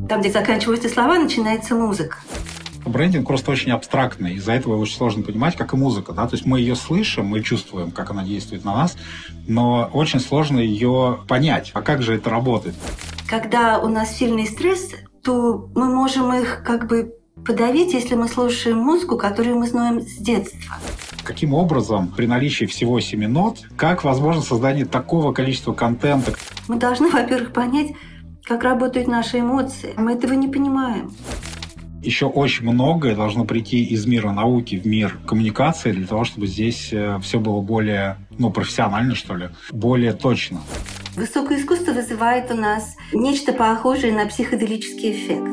Там, где заканчиваются слова, начинается музыка. Брендинг просто очень абстрактный, из-за этого очень сложно понимать, как и музыка. Да? То есть мы ее слышим, мы чувствуем, как она действует на нас, но очень сложно ее понять. А как же это работает? Когда у нас сильный стресс, то мы можем их как бы подавить, если мы слушаем музыку, которую мы знаем с детства. Каким образом при наличии всего 7 нот, как возможно создание такого количества контента? Мы должны, во-первых, понять, как работают наши эмоции. Мы этого не понимаем. Еще очень многое должно прийти из мира науки в мир коммуникации для того, чтобы здесь все было более, профессионально, что ли, более точно. Высокое искусство вызывает у нас нечто похожее на психоделический эффект.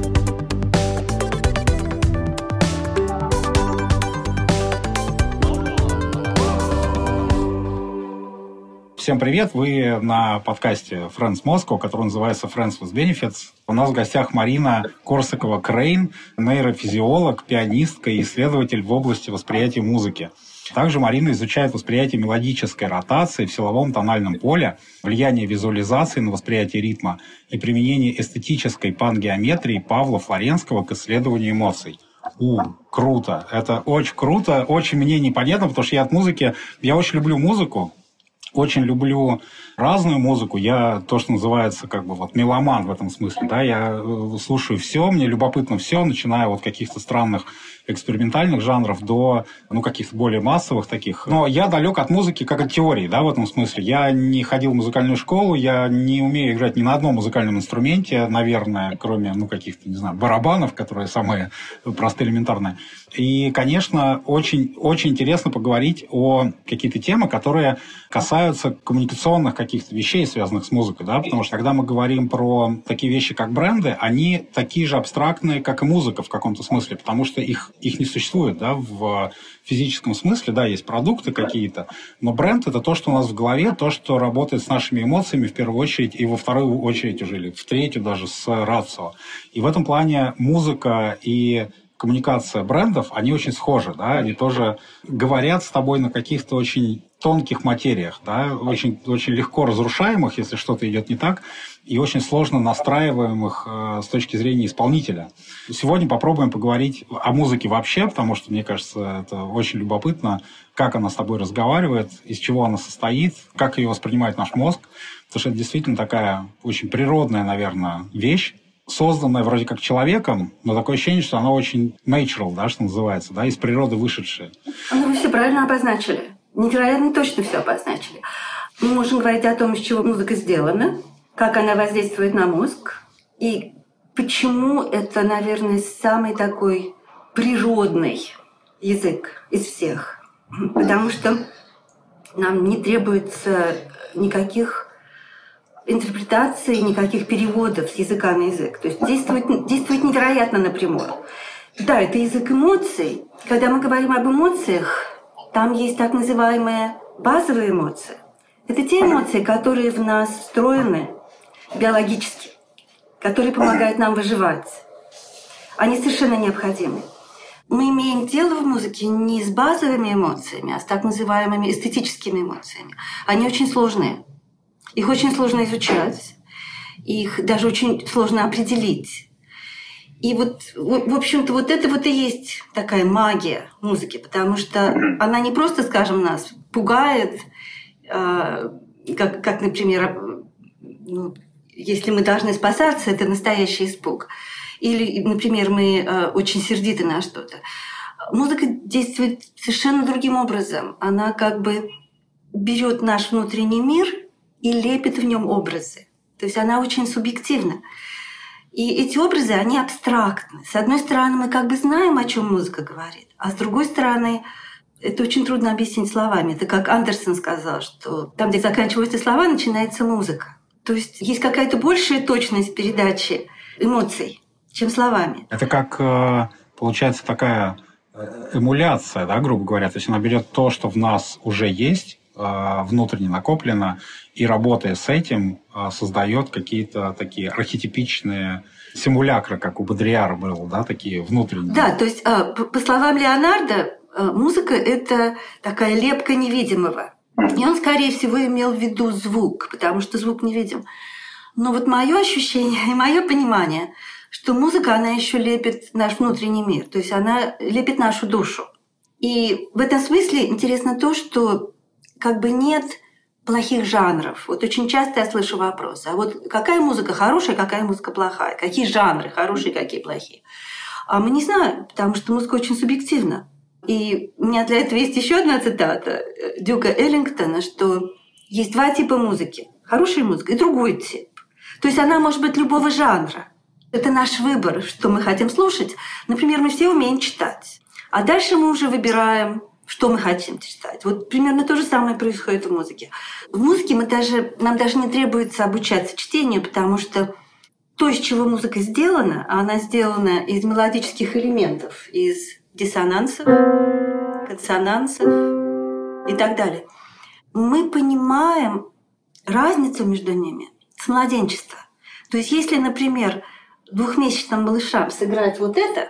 Всем привет! Вы на подкасте Friends Moscow, который называется Friends with Benefits. У нас в гостях Марина Корсакова-Крейн, нейрофизиолог, пианистка и исследователь в области восприятия музыки. Также Марина изучает восприятие мелодической ротации в силовом тональном поле, влияние визуализации на восприятие ритма и применение эстетической пангеометрии Павла Флоренского к исследованию эмоций. Круто! Это очень круто, очень мне непонятно, потому что я очень люблю музыку. Очень люблю разную музыку. Я то, что называется, меломан в этом смысле. Да? Я слушаю все, мне любопытно все, начиная от каких-то странных экспериментальных жанров до каких-то более массовых таких. Но я далек от музыки как от теории, да, в этом смысле. Я не ходил в музыкальную школу, я не умею играть ни на одном музыкальном инструменте, наверное, кроме каких-то, не знаю, барабанов, которые самые простые, элементарные. И, конечно, очень, очень интересно поговорить о какие-то темы, которые касаются коммуникационных каких-то вещей, связанных с музыкой, да, потому что когда мы говорим про такие вещи, как бренды, они такие же абстрактные, как и музыка в каком-то смысле, потому что их не существует, да, в физическом смысле, да, есть продукты какие-то, но бренд – это то, что у нас в голове, то, что работает с нашими эмоциями в первую очередь, и во вторую очередь уже, или в третью даже с рацио. И в этом плане музыка и коммуникация брендов, они очень схожи, да, они тоже говорят с тобой на каких-то очень тонких материях, да, очень, очень легко разрушаемых, если что-то идет не так, и очень сложно настраиваемых с точки зрения исполнителя. Сегодня попробуем поговорить о музыке вообще, потому что, мне кажется, это очень любопытно, как она с тобой разговаривает, из чего она состоит, как ее воспринимает наш мозг, потому что это действительно такая очень природная, наверное, вещь, созданная вроде как человеком, но такое ощущение, что она очень natural, да, что называется, да, из природы вышедшая. Ну, вы все правильно обозначили. Невероятно точно все обозначили. Мы можем говорить о том, из чего музыка сделана, как она воздействует на мозг, и почему это, наверное, самый такой природный язык из всех. Потому что нам не требуется никаких интерпретаций, никаких переводов с языка на язык. То есть действует невероятно напрямую. Да, это язык эмоций. Когда мы говорим об эмоциях, там есть так называемые базовые эмоции. Это те эмоции, которые в нас встроены биологически, которые помогают нам выживать. Они совершенно необходимы. Мы имеем дело в музыке не с базовыми эмоциями, а с так называемыми эстетическими эмоциями. Они очень сложные. Их очень сложно изучать, их даже очень сложно определить. И в общем-то, это и есть такая магия музыки, потому что она не просто, скажем, нас пугает, как, например, если мы должны спасаться, это настоящий испуг. Или, например, мы очень сердиты на что-то. Музыка действует совершенно другим образом. Она как бы берет наш внутренний мир и лепит в нем образы. То есть она очень субъективна. И эти образы, они абстрактны. С одной стороны, мы как бы знаем, о чем музыка говорит, а с другой стороны, это очень трудно объяснить словами. Это как Андерсон сказал, что там, где заканчиваются слова, начинается музыка. То есть есть какая-то большая точность передачи эмоций, чем словами. Это как, получается, такая эмуляция, да, грубо говоря. То есть она берет то, что в нас уже есть, внутренне накоплено, и, работая с этим, создает какие-то такие архетипичные симулякры, как у Бодриара было, да, такие внутренние. Да, то есть, по словам Леонардо, музыка – это такая лепка невидимого. И он, скорее всего, имел в виду звук, потому что звук невидим. Но вот мое ощущение и мое понимание, что музыка, она еще лепит наш внутренний мир, то есть она лепит нашу душу. И в этом смысле интересно то, что как бы нет плохих жанров. Вот очень часто я слышу вопросы, а вот какая музыка хорошая, какая музыка плохая, какие жанры хорошие, какие плохие. А мы не знаем, потому что музыка очень субъективна. И у меня для этого есть еще одна цитата Дюка Эллингтона, что есть два типа музыки. Хорошая музыка и другой тип. То есть она может быть любого жанра. Это наш выбор, что мы хотим слушать. Например, мы все умеем читать. А дальше мы уже выбираем, что мы хотим читать. Вот примерно то же самое происходит в музыке. В музыке нам даже не требуется обучаться чтению, потому что то, из чего музыка сделана, она сделана из мелодических элементов, из диссонансов, консонансов и так далее. Мы понимаем разницу между ними с младенчества. То есть если, например, двухмесячным малышам сыграть вот это,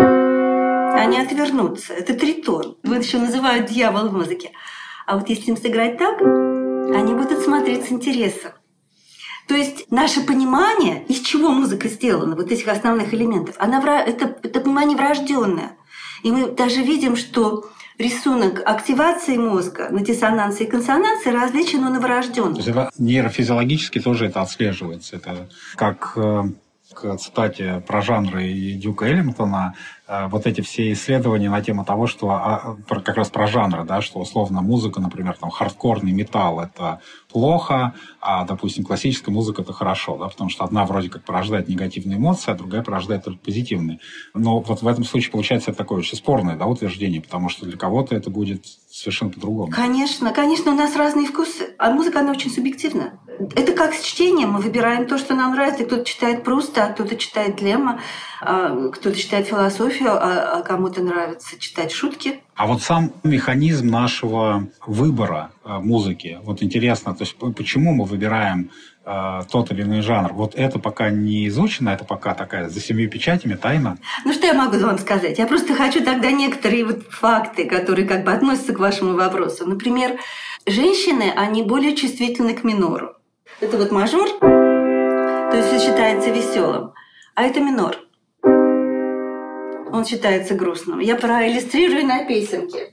они отвернутся. Это тритон. Его еще называют дьявол в музыке. А вот если им сыграть так, они будут смотреть с интересом. То есть наше понимание, из чего музыка сделана, вот этих основных элементов, это понимание врожденное. И мы даже видим, что рисунок активации мозга на диссонансы и консонансы различен у новорожденных. То есть это нейрофизиологически тоже это отслеживается. Это как к цитате про жанры Дюка Эллингтона, вот эти все исследования на тему того, что как раз про жанры, да, что условно музыка, например, там хардкорный металл – это плохо, а, допустим, классическая музыка – это хорошо, да, потому что одна вроде как порождает негативные эмоции, а другая порождает только позитивные. Но вот в этом случае получается это такое очень спорное, да, утверждение, потому что для кого-то это будет совершенно по-другому. Конечно, у нас разные вкусы, а музыка, она очень субъективна. Это как с чтением, мы выбираем то, что нам нравится. Кто-то читает Пруста, а кто-то читает Лема, кто-то читает философию, а кому-то нравится читать шутки. А вот сам механизм нашего выбора музыки, вот интересно, то есть почему мы выбираем тот или иной жанр? Вот это пока не изучено, это пока такая за 7 печатями тайна. Ну, что я могу вам сказать? Я просто хочу тогда некоторые вот факты, которые как бы относятся к вашему вопросу. Например, женщины, они более чувствительны к минору. Это вот мажор, то есть он считается веселым, а это минор. Он считается грустным. Я проиллюстрирую на песенке.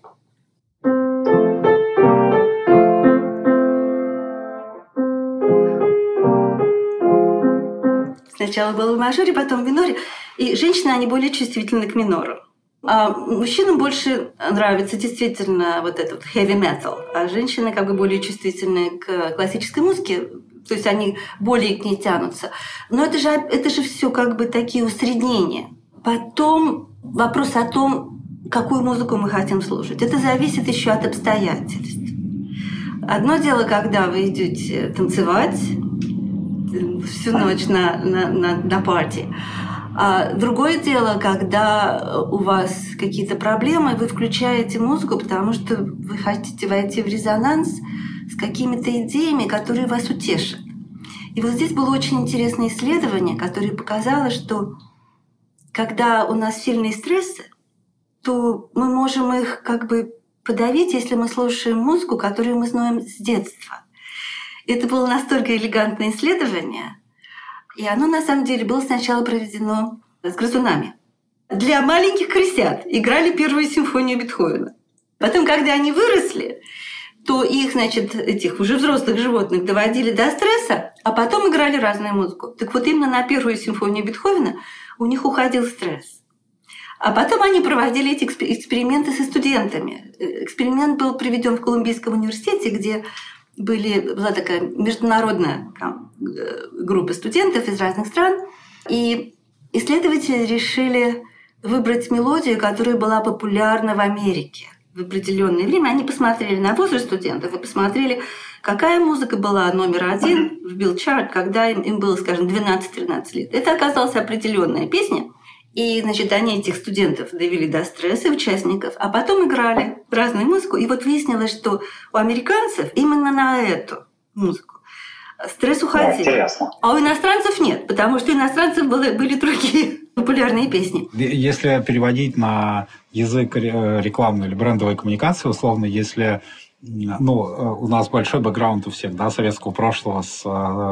Сначала было в мажоре, потом в миноре. И женщины, они более чувствительны к минору. А мужчинам больше нравится действительно вот этот heavy metal, а женщины как бы более чувствительны к классической музыке, то есть они более к ней тянутся. Но это же все как бы такие усреднения. Потом вопрос о том, какую музыку мы хотим слушать. Это зависит еще от обстоятельств. Одно дело, когда вы идете танцевать всю ночь на парти. А другое дело, когда у вас какие-то проблемы, вы включаете музыку, потому что вы хотите войти в резонанс с какими-то идеями, которые вас утешат. И вот здесь было очень интересное исследование, которое показало, что когда у нас сильные стрессы, то мы можем их как бы подавить, если мы слушаем музыку, которую мы знаем с детства. Это было настолько элегантное исследование, и оно на самом деле было сначала проведено с грызунами. Для маленьких крысят играли первую симфонию Бетховена. Потом, когда они выросли, то их, значит, этих уже взрослых животных доводили до стресса, а потом играли разную музыку. Так вот именно на первую симфонию Бетховена у них уходил стресс. А потом они проводили эти эксперименты со студентами. Эксперимент был проведен в Колумбийском университете, где была такая международная группа студентов из разных стран. И исследователи решили выбрать мелодию, которая была популярна в Америке в определенное время. Они посмотрели на возраст студентов и посмотрели, какая музыка была номер 1 в Bill Chart, когда им было, скажем, 12-13 лет. Это оказалась определенная песня. И, значит, они этих студентов довели до стресса, участников, а потом играли разную музыку. И вот выяснилось, что у американцев именно на эту музыку стресс уходил. Интересно. А у иностранцев нет, потому что у иностранцев были другие популярные песни. Если переводить на язык рекламной или брендовой коммуникации, условно, если у нас большой бэкграунд у всех, да, советского прошлого с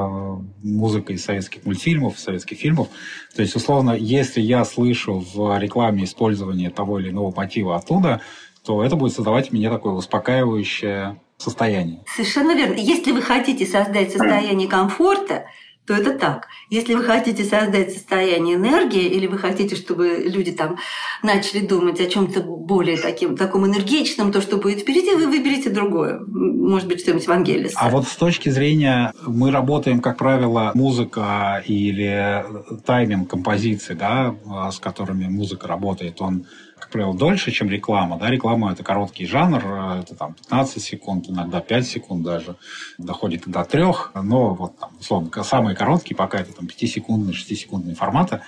музыкой из советских мультфильмов, советских фильмов. То есть, условно, если я слышу в рекламе использование того или иного мотива оттуда, то это будет создавать в мне такое успокаивающее состояние. Совершенно верно. Если вы хотите создать состояние комфорта, то это так. Если вы хотите создать состояние энергии, или вы хотите, чтобы люди там начали думать о чем-то более таком энергичном, то, что будет впереди, вы выберете другое. Может быть, что-нибудь Вангелиса. А вот с точки зрения, мы работаем, как правило, музыка или тайминг композиции, да, с которыми музыка работает, он, как правило, дольше, чем реклама. Да? Реклама – это короткий жанр, это там 15 секунд, иногда 5 секунд даже, доходит и до 3, но вот там, условно, самые короткие пока это там 5-секундные, 6-секундные форматы.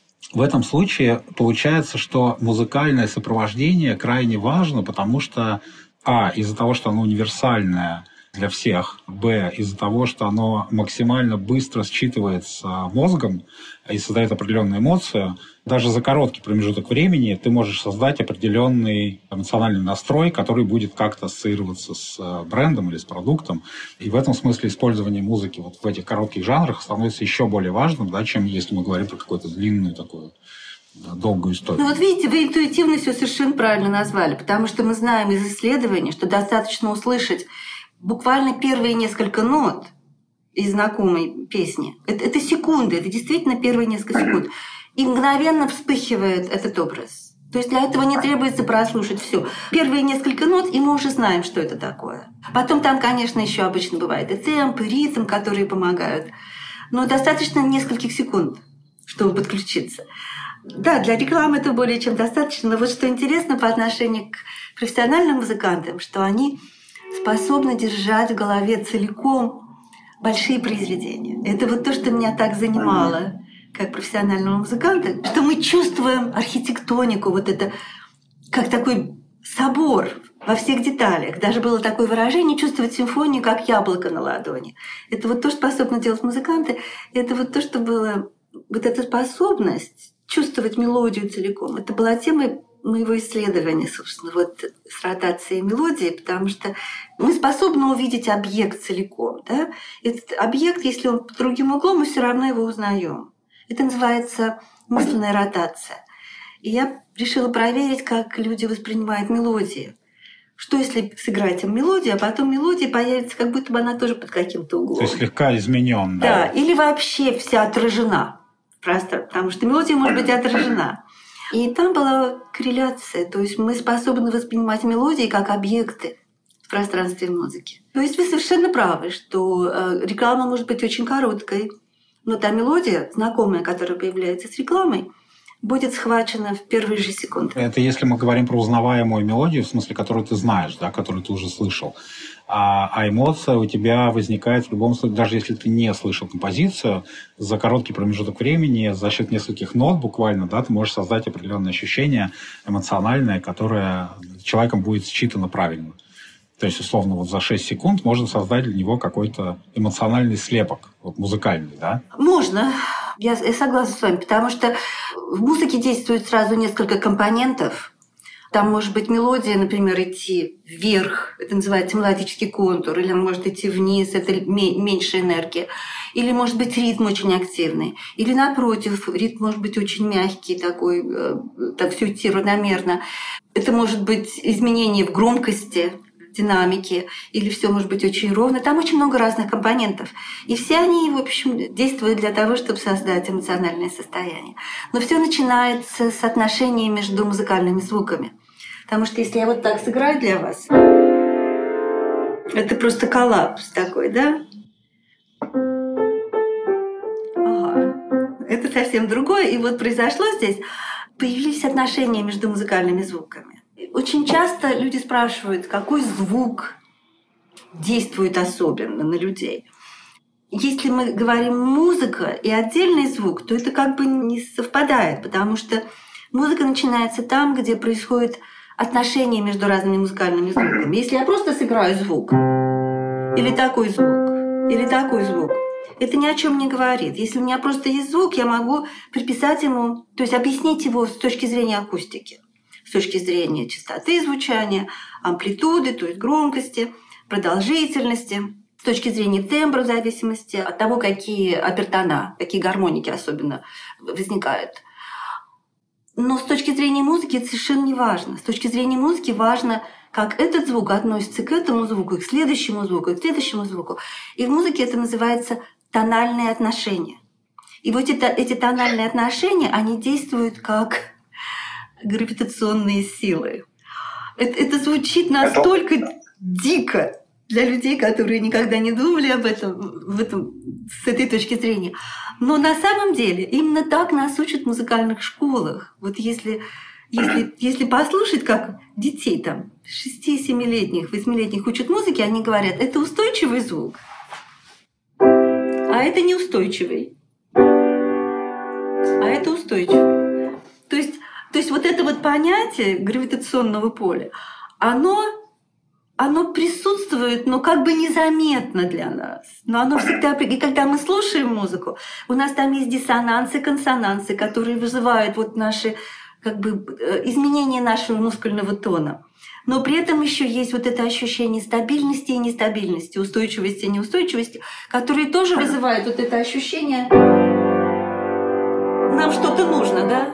В этом случае получается, что музыкальное сопровождение крайне важно, потому что, из-за того, что оно универсальное для всех, из-за того, что оно максимально быстро считывается мозгом и создает определенную эмоцию, даже за короткий промежуток времени ты можешь создать определенный эмоциональный настрой, который будет как-то ассоциироваться с брендом или с продуктом. И в этом смысле использование музыки вот в этих коротких жанрах становится еще более важным, да, чем если мы говорим про какую-то длинную такую долгую историю. Ну вот видите, вы интуитивно все совершенно правильно назвали, потому что мы знаем из исследований, что достаточно услышать буквально первые несколько нот из знакомой песни. Это секунды, это действительно первые несколько секунд. И мгновенно вспыхивает этот образ. То есть для этого не требуется прослушать все. Первые несколько нот, и мы уже знаем, что это такое. Потом там, конечно, еще обычно бывает и темп, и ритм, которые помогают. Но достаточно нескольких секунд, чтобы подключиться. Да, для рекламы это более чем достаточно. Но вот что интересно по отношению к профессиональным музыкантам, что они способны держать в голове целиком большие произведения. Это вот то, что меня так занимало как профессионального музыканта, что мы чувствуем архитектонику, вот это как такой собор во всех деталях. Даже было такое выражение «чувствовать симфонию, как яблоко на ладони». Это вот то, что способны делать музыканты. Это вот то, что было... Вот эта способность чувствовать мелодию целиком. Это была тема моего исследования, собственно, вот с ротацией мелодии, потому что мы способны увидеть объект целиком. Да? Этот объект, если он под другим углом, мы все равно его узнаем. Это называется мысленная ротация. И я решила проверить, как люди воспринимают мелодии. Что если сыграть им мелодию, а потом мелодия появится, как будто бы она тоже под каким-то углом. То есть слегка измененная. Да, или вообще вся отражена в пространстве, потому что мелодия может быть отражена. И там была корреляция, то есть мы способны воспринимать мелодии как объекты в пространстве музыки. То есть вы совершенно правы, что реклама может быть очень короткой, но та мелодия, знакомая, которая появляется с рекламой, будет схвачена в первые же секунды. Это если мы говорим про узнаваемую мелодию, в смысле, которую ты знаешь, да, которую ты уже слышал. А эмоция у тебя возникает в любом случае, даже если ты не слышал композицию, за короткий промежуток времени, за счет нескольких нот буквально, да, ты можешь создать определенное ощущение эмоциональное, которое человеком будет считано правильно. То есть, условно, вот за 6 секунд можно создать для него какой-то эмоциональный слепок, вот музыкальный, да? Можно. Я согласна с вами, потому что в музыке действует сразу несколько компонентов. Там может быть мелодия, например, идти вверх, это называется мелодический контур, или она может идти вниз, это меньшая энергия. Или может быть ритм очень активный. Или напротив, ритм может быть очень мягкий, такой, так все идти равномерно. Это может быть изменение в громкости, динамики, или все может быть очень ровно. Там очень много разных компонентов. И все они, в общем, действуют для того, чтобы создать эмоциональное состояние. Но все начинается с отношения между музыкальными звуками. Потому что если я вот так сыграю для вас, это просто коллапс такой, да? Ага. Это совсем другое. И вот произошло здесь, появились отношения между музыкальными звуками. Очень часто люди спрашивают, какой звук действует особенно на людей. Если мы говорим музыка и отдельный звук, то это как бы не совпадает, потому что музыка начинается там, где происходит отношение между разными музыкальными звуками. Если я просто сыграю звук, или такой звук, или такой звук, это ни о чем не говорит. Если у меня просто есть звук, я могу приписать ему, то есть объяснить его с точки зрения акустики. с точки зрения частоты звучания, амплитуды, то есть громкости, продолжительности, с точки зрения тембра, в зависимости от того, какие обертона, какие гармоники особенно возникают. Но с точки зрения музыки это совершенно не важно. С точки зрения музыки важно, как этот звук относится к этому звуку, к следующему звуку, к следующему звуку. И в музыке это называется тональные отношения. И вот эти тональные отношения, они действуют как гравитационные силы. Это звучит настолько дико для людей, которые никогда не думали об этом с этой точки зрения. Но на самом деле именно так нас учат в музыкальных школах. Вот если послушать, как детей там 6-7-летних, 8-летних учат музыке, они говорят, это устойчивый звук, а это неустойчивый, а это устойчивый. То есть вот это вот понятие гравитационного поля, оно присутствует, но как бы незаметно для нас. Но оно всегда... И когда мы слушаем музыку, у нас там есть диссонансы, консонансы, которые вызывают вот наши как бы изменение нашего мускульного тона. Но при этом еще есть вот это ощущение стабильности и нестабильности, устойчивости и неустойчивости, которые тоже вызывают вот это ощущение «нам что-то нужно», да?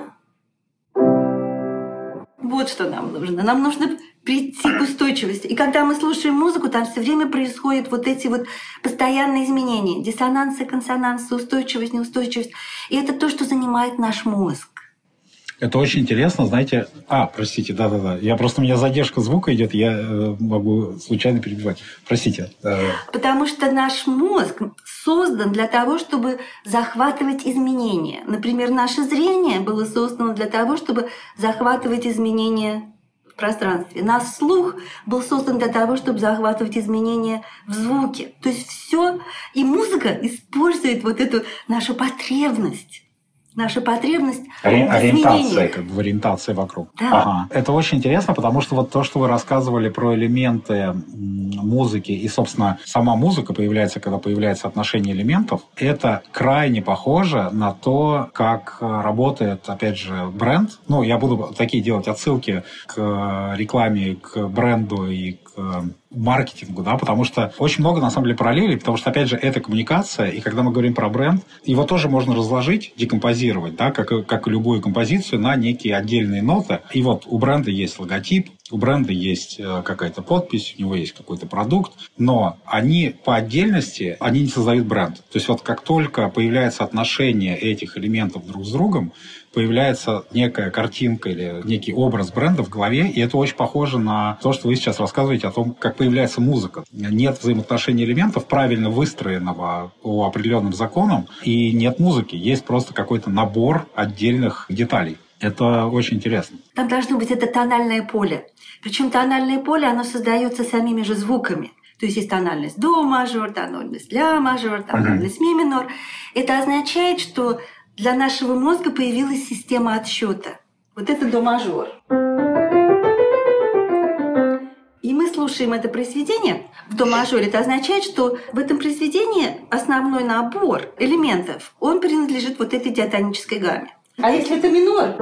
Вот что нам нужно. Нам нужно прийти к устойчивости. И когда мы слушаем музыку, там все время происходят вот эти вот постоянные изменения. Диссонансы, консонансы, устойчивость, неустойчивость. И это то, что занимает наш мозг. Это очень интересно, знаете... простите, да-да-да. У меня задержка звука идет, я могу случайно перебивать. Простите. Потому что наш мозг создан для того, чтобы захватывать изменения. Например, наше зрение было создано для того, чтобы захватывать изменения в пространстве. Наш слух был создан для того, чтобы захватывать изменения в звуке. То есть все. И музыка использует вот эту нашу потребность. Наша потребность ориентация, как бы ориентация вокруг. Да. Ага. Это очень интересно, потому что вот то, что вы рассказывали про элементы музыки, и, собственно, сама музыка появляется, когда появляется отношение элементов, это крайне похоже на то, как работает, опять же, бренд. Я буду такие делать отсылки к рекламе, к бренду и к маркетингу, да, потому что очень много, на самом деле, параллелей, потому что, опять же, это коммуникация, и когда мы говорим про бренд, его тоже можно разложить, декомпозировать, да, как и любую композицию, на некие отдельные ноты. И вот у бренда есть логотип, у бренда есть какая-то подпись, у него есть какой-то продукт, но они по отдельности, они не создают бренд. То есть вот как только появляется отношение этих элементов друг с другом, появляется некая картинка или некий образ бренда в голове, и это очень похоже на то, что вы сейчас рассказываете о том, как появляется музыка. Нет взаимоотношений элементов, правильно выстроенного по определенным законам, и нет музыки. Есть просто какой-то набор отдельных деталей. Это очень интересно. Там должно быть это тональное поле. Причем тональное поле, оно создается самими же звуками. То есть тональность до мажор, тональность ля мажор, тональность ми минор. Это означает, что для нашего мозга появилась система отсчета. Вот это до мажор. И мы слушаем это произведение в до мажоре. Это означает, что в этом произведении основной набор элементов, он принадлежит вот этой диатонической гамме. А если это минор,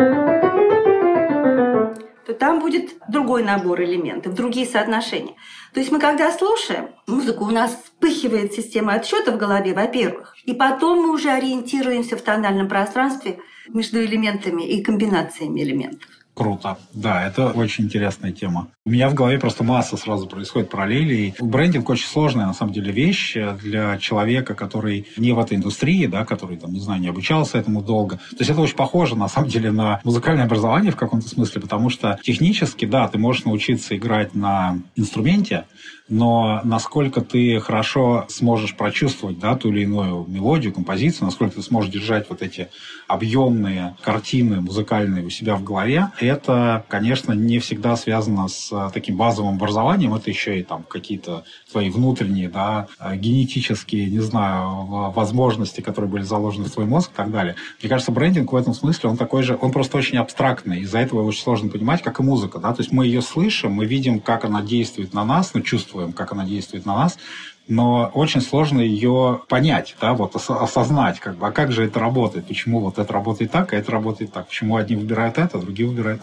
то там будет другой набор элементов, другие соотношения. То есть мы, когда слушаем музыку, у нас вспыхивает система отсчета в голове, во-первых, и потом мы уже ориентируемся в тональном пространстве между элементами и комбинациями элементов. Круто. Да, это очень интересная тема. У меня в голове просто масса сразу происходит параллелей. Брендинг очень сложная, на самом деле, вещь для человека, который не в этой индустрии, да, который, там, не знаю, не обучался этому долго. То есть это очень похоже, на самом деле, на музыкальное образование в каком-то смысле, потому что технически, да, ты можешь научиться играть на инструменте, но насколько ты хорошо сможешь прочувствовать, да, ту или иную мелодию, композицию, насколько ты сможешь держать вот эти объемные картины музыкальные у себя в голове, это, конечно, не всегда связано с таким базовым образованием. Это еще и там какие-то твои внутренние, да, генетические, не знаю, возможности, которые были заложены в твой мозг и так далее. Мне кажется, брендинг в этом смысле, он такой же, он просто очень абстрактный. Из-за этого очень сложно понимать, как и музыка, да. То есть мы ее слышим, мы видим, как она действует на нас, мы чувствуем, как она действует на нас, но очень сложно ее понять, да, вот осознать, как бы, а как же это работает, почему вот это работает так, а это работает так, почему одни выбирают это, а другие выбирают это.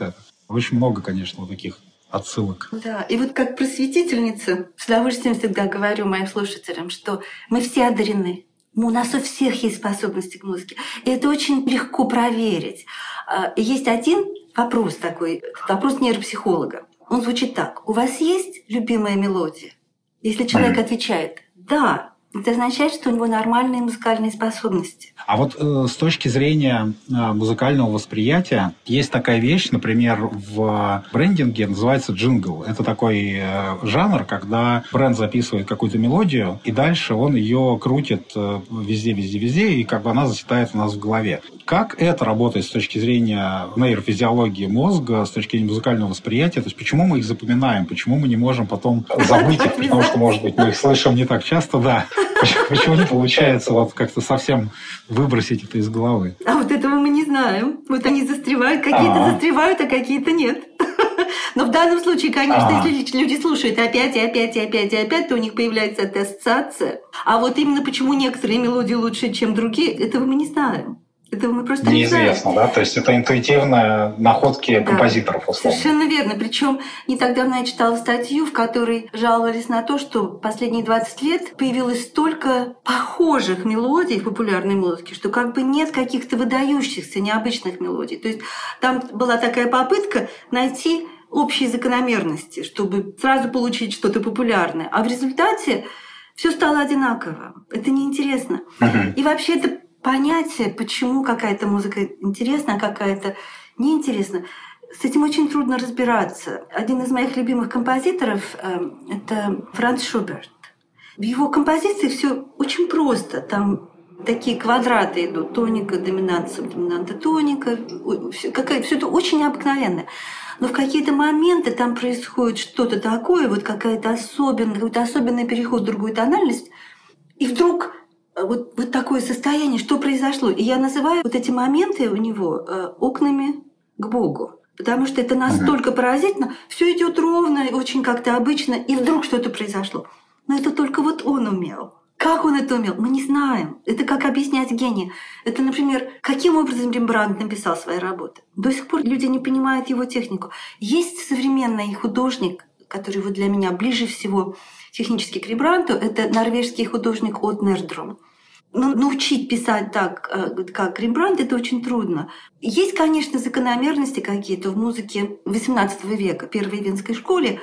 Очень много, конечно, вот таких отсылок. Да, и вот как просветительница с удовольствием всегда говорю моим слушателям, что мы все одарены. У нас у всех есть способности к музыке. И это очень легко проверить. Есть один вопрос такой, вопрос нейропсихолога. Он звучит так. У вас есть любимая мелодия? Если человек отвечает «да», это означает, что у него нормальные музыкальные способности. А вот с точки зрения музыкального восприятия есть такая вещь, например, в брендинге называется джингл. Это такой жанр, когда бренд записывает какую-то мелодию, и дальше он ее крутит везде, и как бы она заседает у нас в голове. Как это работает с точки зрения нейрофизиологии мозга, с точки зрения музыкального восприятия? То есть почему мы их запоминаем, почему мы не можем потом забыть их, потому что, может быть, мы их слышим не так часто, да. Почему не получается вот как-то совсем выбросить это из головы? А вот этого мы не знаем. Вот они застревают, какие-то застревают, а какие-то нет. Но в данном случае, конечно, если люди слушают опять, то у них появляется эта ассоциация. А вот именно почему некоторые мелодии лучше, чем другие, этого мы не знаем. Этого мы просто не знаем. Неизвестно, да? То есть это интуитивные находки композиторов, условно. Совершенно верно. Причем не так давно я читала статью, в которой жаловались на то, что последние 20 лет появилось столько похожих мелодий в популярной музыке, что как бы нет каких-то выдающихся, необычных мелодий. То есть там была такая попытка найти общие закономерности, чтобы сразу получить что-то популярное. А в результате все стало одинаково. Это неинтересно. И вообще это понятие, почему какая-то музыка интересна, а какая-то неинтересна, с этим очень трудно разбираться. Один из моих любимых композиторов – это Франц Шуберт. В его композиции все очень просто. Там такие квадраты идут: тоника, доминанта, субдоминанта, тоника. Все это очень необыкновенное. Но в какие-то моменты там происходит что-то такое, вот какой-то особенный переход в другую тональность, и вдруг вот такое состояние, что произошло. И я называю вот эти моменты у него окнами к Богу. Потому что это настолько поразительно. Все идет ровно, очень как-то обычно, и вдруг что-то произошло. Но это только вот он умел. Как он это умел, мы не знаем. Это как объяснять гения. Это, например, каким образом Рембрандт написал свои работы. До сих пор люди не понимают его технику. Есть современный художник, который вот для меня ближе всего технически к Рембрандту, это норвежский художник От Нердром. Но научить писать так, как Рембрандт, это очень трудно. Есть, конечно, закономерности какие-то в музыке XVIII века, первой венской школе,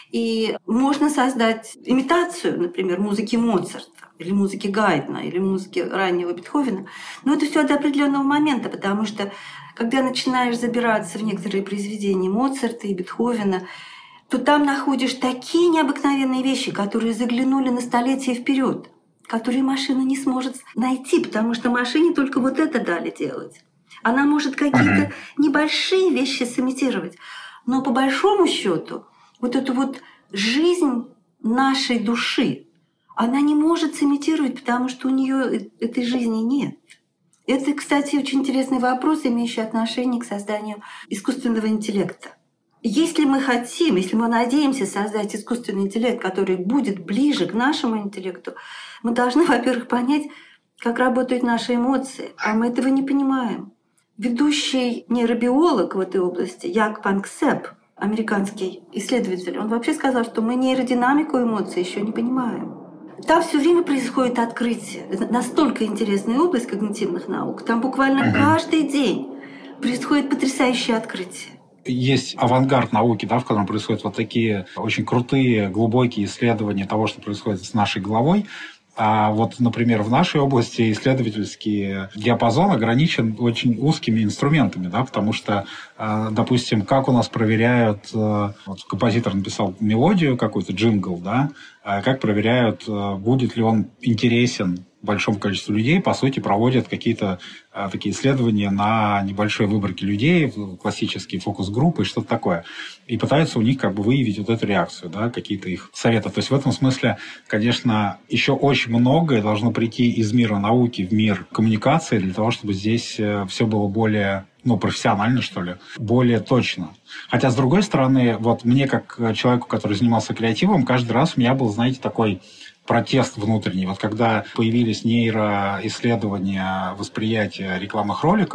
и можно создать имитацию, например, музыки Моцарта, или музыки Гайдна, или музыки раннего Бетховена. Но это все до определенного момента, потому что когда начинаешь забираться в некоторые произведения Моцарта и Бетховена, то там находишь такие необыкновенные вещи, которые заглянули на столетия вперед, которые машина не сможет найти, потому что машине только вот это дали делать. Она может какие-то небольшие вещи сымитировать, но по большому счету вот эту вот жизнь нашей души она не может сымитировать, потому что у нее этой жизни нет. Это, кстати, очень интересный вопрос, имеющий отношение к созданию искусственного интеллекта. Если мы хотим, если мы надеемся создать искусственный интеллект, который будет ближе к нашему интеллекту, мы должны, во-первых, понять, как работают наши эмоции, а мы этого не понимаем. Ведущий нейробиолог в этой области Як Панксеп, американский исследователь, он вообще сказал, что мы нейродинамику эмоций еще не понимаем. Там все время происходит открытие. Это настолько интересная область когнитивных наук. Там буквально каждый день происходит потрясающее открытие. Есть авангард науки, да, в котором происходят вот такие очень крутые, глубокие исследования того, что происходит с нашей головой. А вот, например, в нашей области исследовательский диапазон ограничен очень узкими инструментами, да, потому что, допустим, как у нас проверяют, вот композитор написал мелодию, какой-то джингл, да, как проверяют, будет ли он интересен большому количеству людей, по сути, проводят какие-то такие исследования на небольшой выборке людей, классические фокус-группы и что-то такое. И пытаются у них как бы выявить вот эту реакцию, да, какие-то их советы. То есть в этом смысле, конечно, еще очень многое должно прийти из мира науки в мир коммуникации для того, чтобы здесь все было более, профессионально, что ли, более точно. Хотя, с другой стороны, вот мне, как человеку, который занимался креативом, каждый раз у меня был, знаете, такой протест внутренний. Вот когда появились нейроисследования восприятия рекламных роликов,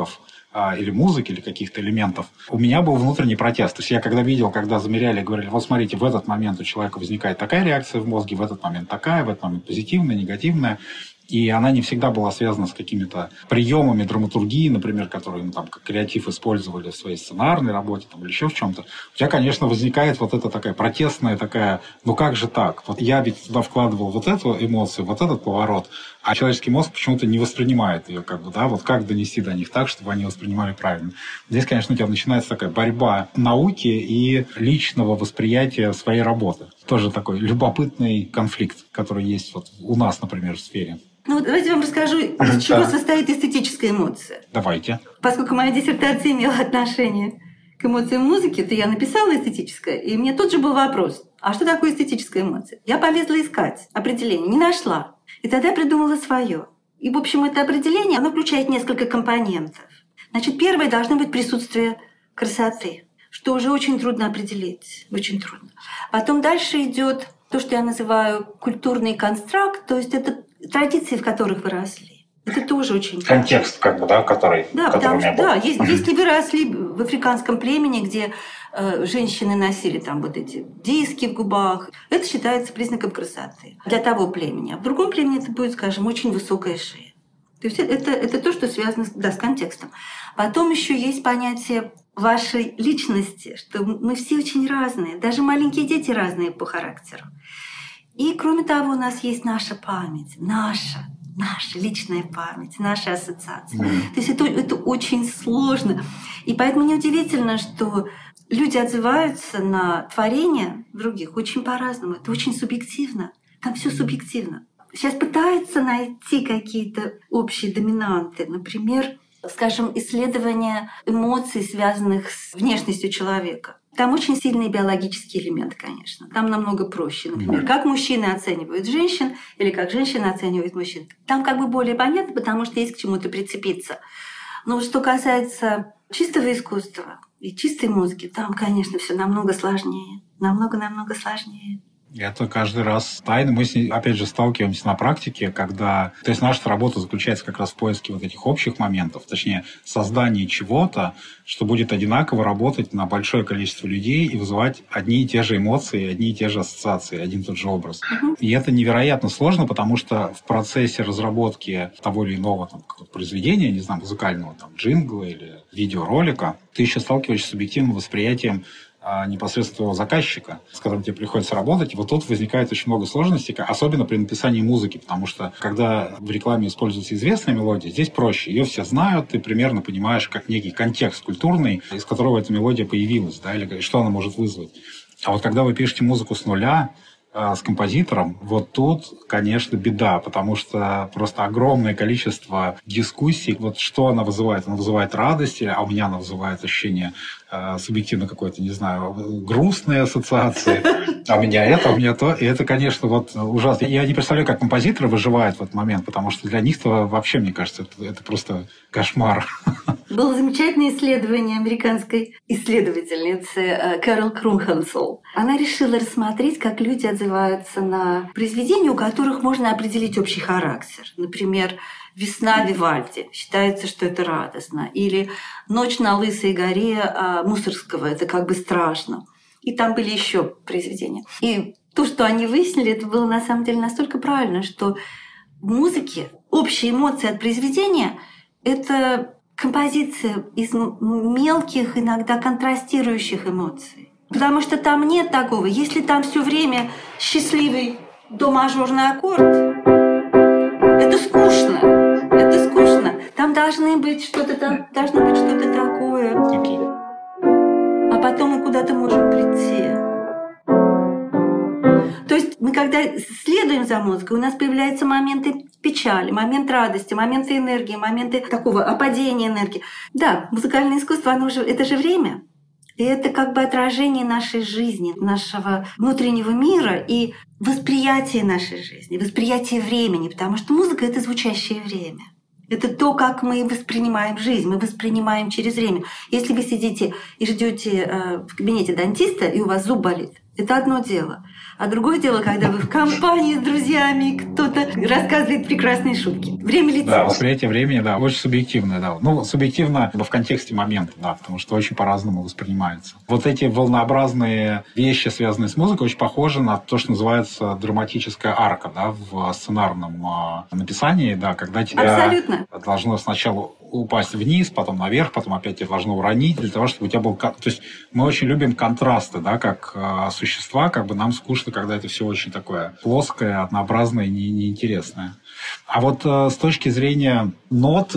или музыки, или каких-то элементов, у меня был внутренний протест. То есть я когда видел, когда замеряли, говорили, вот смотрите, в этот момент у человека возникает такая реакция в мозге, в этот момент такая, в этот момент позитивная, негативная. И она не всегда была связана с какими-то приемами драматургии, например, которые там, как креатив использовали в своей сценарной работе там, или еще в чем-то. У тебя, конечно, возникает вот эта такая протестная, такая, ну как же так? Вот я ведь туда вкладывал вот эту эмоцию, вот этот поворот, а человеческий мозг почему-то не воспринимает ее, как бы, да, вот как донести до них так, чтобы они воспринимали правильно. Здесь, конечно, у тебя начинается такая борьба науки и личного восприятия своей работы. Тоже такой любопытный конфликт, который есть вот у нас, например, в сфере. Ну, вот давайте я вам расскажу, из чего состоит эстетическая эмоция. Давайте. Поскольку моя диссертация имела отношение к эмоциям музыки, то я написала эстетическое, и мне тут же был вопрос, а что такое эстетическая эмоция? Я полезла искать определение, не нашла. И тогда придумала свое. И, в общем, это определение, оно включает несколько компонентов. Значит, первое должно быть присутствие красоты, что уже очень трудно определить, очень трудно. Потом дальше идет то, что я называю культурный констракт, то есть это традиции, в которых вы росли. Это тоже очень... Контекст, как бы, да, который... Да, потому что, да, если вы росли в африканском племени, где женщины носили там вот эти диски в губах, это считается признаком красоты для того племени. А в другом племени это будет, скажем, очень высокая шея. То есть это то, что связано с контекстом. Потом еще есть понятие вашей личности, что мы все очень разные, даже маленькие дети разные по характеру. И, кроме того, у нас есть наша память, наша личная память, наши ассоциации. То есть это очень сложно. И поэтому неудивительно, что люди отзываются на творения других очень по-разному. Это очень субъективно. Там все субъективно. Сейчас пытаются найти какие-то общие доминанты. Например, скажем, исследования эмоций, связанных с внешностью человека. Там очень сильный биологический элемент, конечно. Там намного проще. Например, как мужчины оценивают женщин или как женщины оценивают мужчин. Там как бы более понятно, потому что есть к чему-то прицепиться. Но что касается чистого искусства и чистой музыки, там, конечно, все намного сложнее. Намного сложнее. Это каждый раз тайна. Мы с ней, опять же, сталкиваемся на практике, когда... То есть наша работа заключается как раз в поиске вот этих общих моментов, точнее, создании чего-то, что будет одинаково работать на большое количество людей и вызывать одни и те же эмоции, одни и те же ассоциации, один и тот же образ. И это невероятно сложно, потому что в процессе разработки того или иного там, произведения, не знаю, музыкального там, джингла или видеоролика, ты еще сталкиваешься с субъективным восприятием непосредственно твоего заказчика, с которым тебе приходится работать. И вот тут возникает очень много сложностей, особенно при написании музыки, потому что когда в рекламе используется известная мелодия, здесь проще. Ее все знают, ты примерно понимаешь, как некий контекст культурный, из которого эта мелодия появилась, да, или что она может вызвать. А вот когда вы пишете музыку с нуля, с композитором, вот тут, конечно, беда, потому что просто огромное количество дискуссий. Вот что она вызывает? Она вызывает радость, а у меня она вызывает ощущение субъективно какой-то, не знаю, грустной ассоциации. А у меня это, а у меня то. И это, конечно, вот ужасно. Я не представляю, как композиторы выживают в этот момент, потому что для них-то вообще, мне кажется, это просто кошмар. Было замечательное исследование американской исследовательницы Кэрол Крумхенсол. Она решила рассмотреть, как люди отзываются на произведения, у которых можно определить общий характер. Например, «Весна» Вивальди. Считается, что это радостно. Или «Ночь на Лысой горе» Мусоргского. Это как бы страшно. И там были еще произведения. И то, что они выяснили, это было на самом деле настолько правильно, что в музыке общие эмоции от произведения – это композиция из мелких, иногда контрастирующих эмоций. Потому что там нет такого. Если там все время счастливый до-мажорный аккорд, это скучно. Это скучно. Там должно быть что-то такое. А потом мы куда-то можем прийти. То есть мы когда следуем за музыкой, у нас появляются моменты печали, моменты радости, моменты энергии, моменты такого опадения энергии. Да, музыкальное искусство, это же время. И это как бы отражение нашей жизни, нашего внутреннего мира и восприятия нашей жизни, восприятия времени, потому что музыка — это звучащее время. Это то, как мы воспринимаем жизнь, мы воспринимаем через время. Если вы сидите и ждете в кабинете дантиста, и у вас зуб болит, Это одно дело. А другое дело, когда вы в компании с друзьями, кто-то рассказывает прекрасные шутки. Время летит. Да, восприятие времени, да, очень субъективное, да. Ну, субъективно в контексте момента, да, потому что очень по-разному воспринимается. Вот эти волнообразные вещи, связанные с музыкой, очень похожи на то, что называется драматическая арка, да, в сценарном написании, да, когда тебя Абсолютно. должно сначала упасть вниз, потом наверх, потом опять тебя должно уронить, для того, чтобы у тебя был... То есть мы очень любим контрасты, да, как существа, как бы нам скучно, когда это все очень такое плоское, однообразное, неинтересное. А вот с точки зрения нот,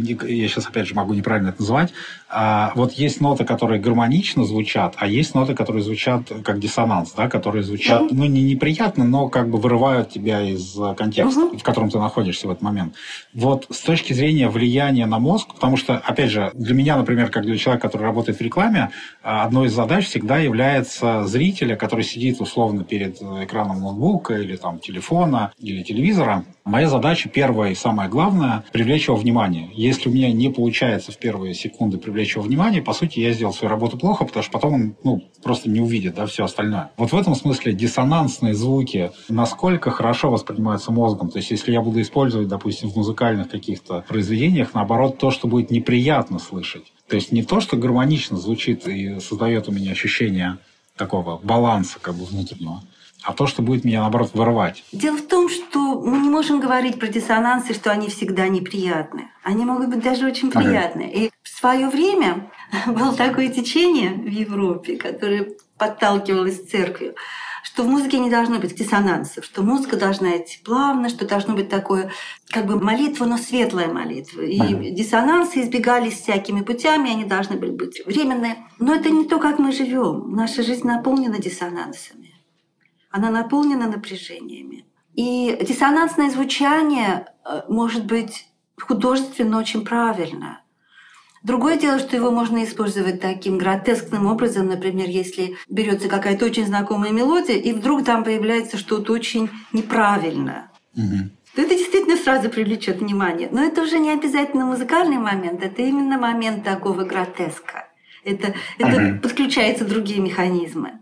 я сейчас опять же могу неправильно это называть, вот есть ноты, которые гармонично звучат, а есть ноты, которые звучат как диссонанс, да, которые звучат, ну, не неприятно, но как бы вырывают тебя из контекста, в котором ты находишься в этот момент. Вот с точки зрения влияния на мозг, потому что, опять же, для меня, например, как для человека, который работает в рекламе, одной из задач всегда является зрителя, который сидит условно перед экраном ноутбука или там телефона или телевизора. Моя задача первая и самое главное – привлечь его внимание. Если у меня не получается в первые секунды привлечь его внимание, по сути, я сделал свою работу плохо, потому что потом он просто не увидит, да, все остальное. Вот в этом смысле диссонансные звуки насколько хорошо воспринимаются мозгом. То есть, если я буду использовать, допустим, в музыкальных каких-то произведениях, наоборот, то, что будет неприятно слышать. То есть, не то, что гармонично звучит и создает у меня ощущение такого баланса как бы внутреннего, а то, что будет меня, наоборот, вырывать. Дело в том, что мы не можем говорить про диссонансы, что они всегда неприятны. Они могут быть даже очень приятны. И в свое время было такое течение в Европе, которое подталкивалось церковью, что в музыке не должно быть диссонансов, что музыка должна идти плавно, что должно быть такое, как бы молитва, но светлая молитва. И диссонансы избегались всякими путями, они должны были быть временные. Но это не то, как мы живем. Наша жизнь наполнена диссонансами. Она наполнена напряжениями. И диссонансное звучание может быть художественно очень правильно. Другое дело, что его можно использовать таким гротескным образом, например, если берется какая-то очень знакомая мелодия, и вдруг там появляется что-то очень неправильное. То это действительно сразу привлечет внимание. Но это уже не обязательно музыкальный момент, это именно момент такого гротеска. Это подключаются другие механизмы.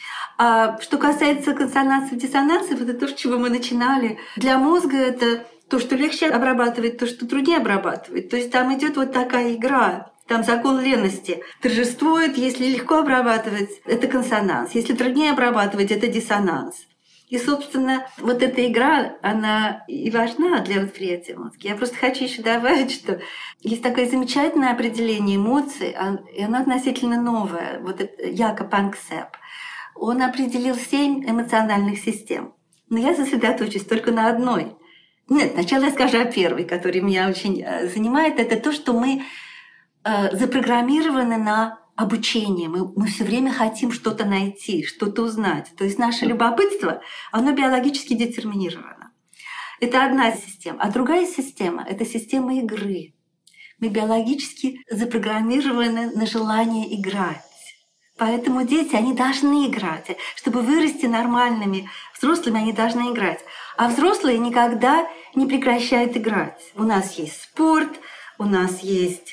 А что касается консонансов, диссонансов, это то, с чего мы начинали. Для мозга это то, что легче обрабатывать, то, что труднее обрабатывать. То есть там идет вот такая игра. Там закон ленности торжествует. Если легко обрабатывать, это консонанс. Если труднее обрабатывать, это диссонанс. И, собственно, вот эта игра, она и важна для восприятия мозга. Я просто хочу еще добавить, что есть такое замечательное определение эмоций, и оно относительно новое. Вот это Якоб Панксеп. Он определил 7 эмоциональных систем. Но я сосредоточусь только на одной. Нет, сначала я скажу о первой, которая меня очень занимает. Это то, что мы запрограммированы на обучение. Мы все время хотим что-то найти, что-то узнать. То есть наше любопытство, оно биологически детерминировано. Это одна система. А другая система – это система игры. Мы биологически запрограммированы на желание играть. Поэтому дети, они должны играть. Чтобы вырасти нормальными взрослыми, они должны играть. А взрослые никогда не прекращают играть. У нас есть спорт, у нас есть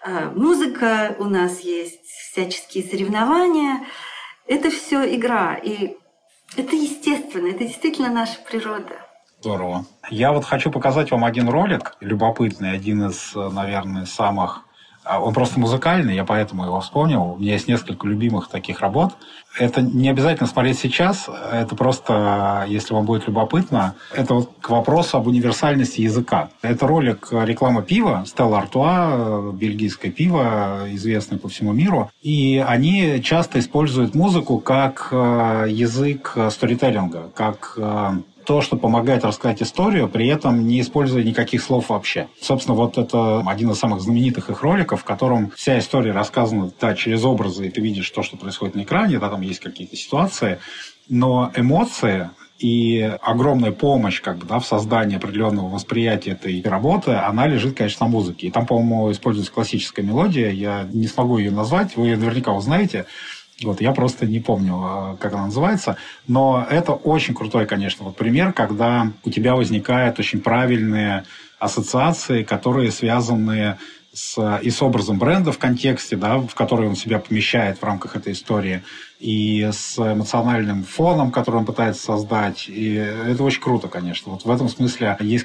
музыка, у нас есть всяческие соревнования. Это все игра. И это естественно, это действительно наша природа. Здорово. Я вот хочу показать вам один ролик, любопытный, один из, наверное, самых... Он просто музыкальный, я поэтому его вспомнил. У меня есть несколько любимых таких работ. Это не обязательно смотреть сейчас, это просто, если вам будет любопытно, это вот к вопросу об универсальности языка. Это ролик реклама пива, Стелла Артуа, бельгийское пиво, известное по всему миру. И они часто используют музыку как язык сторителлинга, как то, что помогает рассказать историю, при этом не используя никаких слов вообще. Собственно, вот это один из самых знаменитых их роликов, в котором вся история рассказана через образы, и ты видишь то, что происходит на экране, да, там есть какие-то ситуации, но эмоции и огромная помощь как бы, да, в создании определенного восприятия этой работы, она лежит, конечно, на музыке. И там, по-моему, используется классическая мелодия, я не смогу ее назвать, вы ее наверняка узнаете. Вот, я просто не помню, как она называется. Но это очень крутой, конечно, вот пример, когда у тебя возникают очень правильные ассоциации, которые связаны и с образом бренда в контексте, да, в который он себя помещает в рамках этой истории, и с эмоциональным фоном, который он пытается создать. И это очень круто, конечно. Вот в этом смысле есть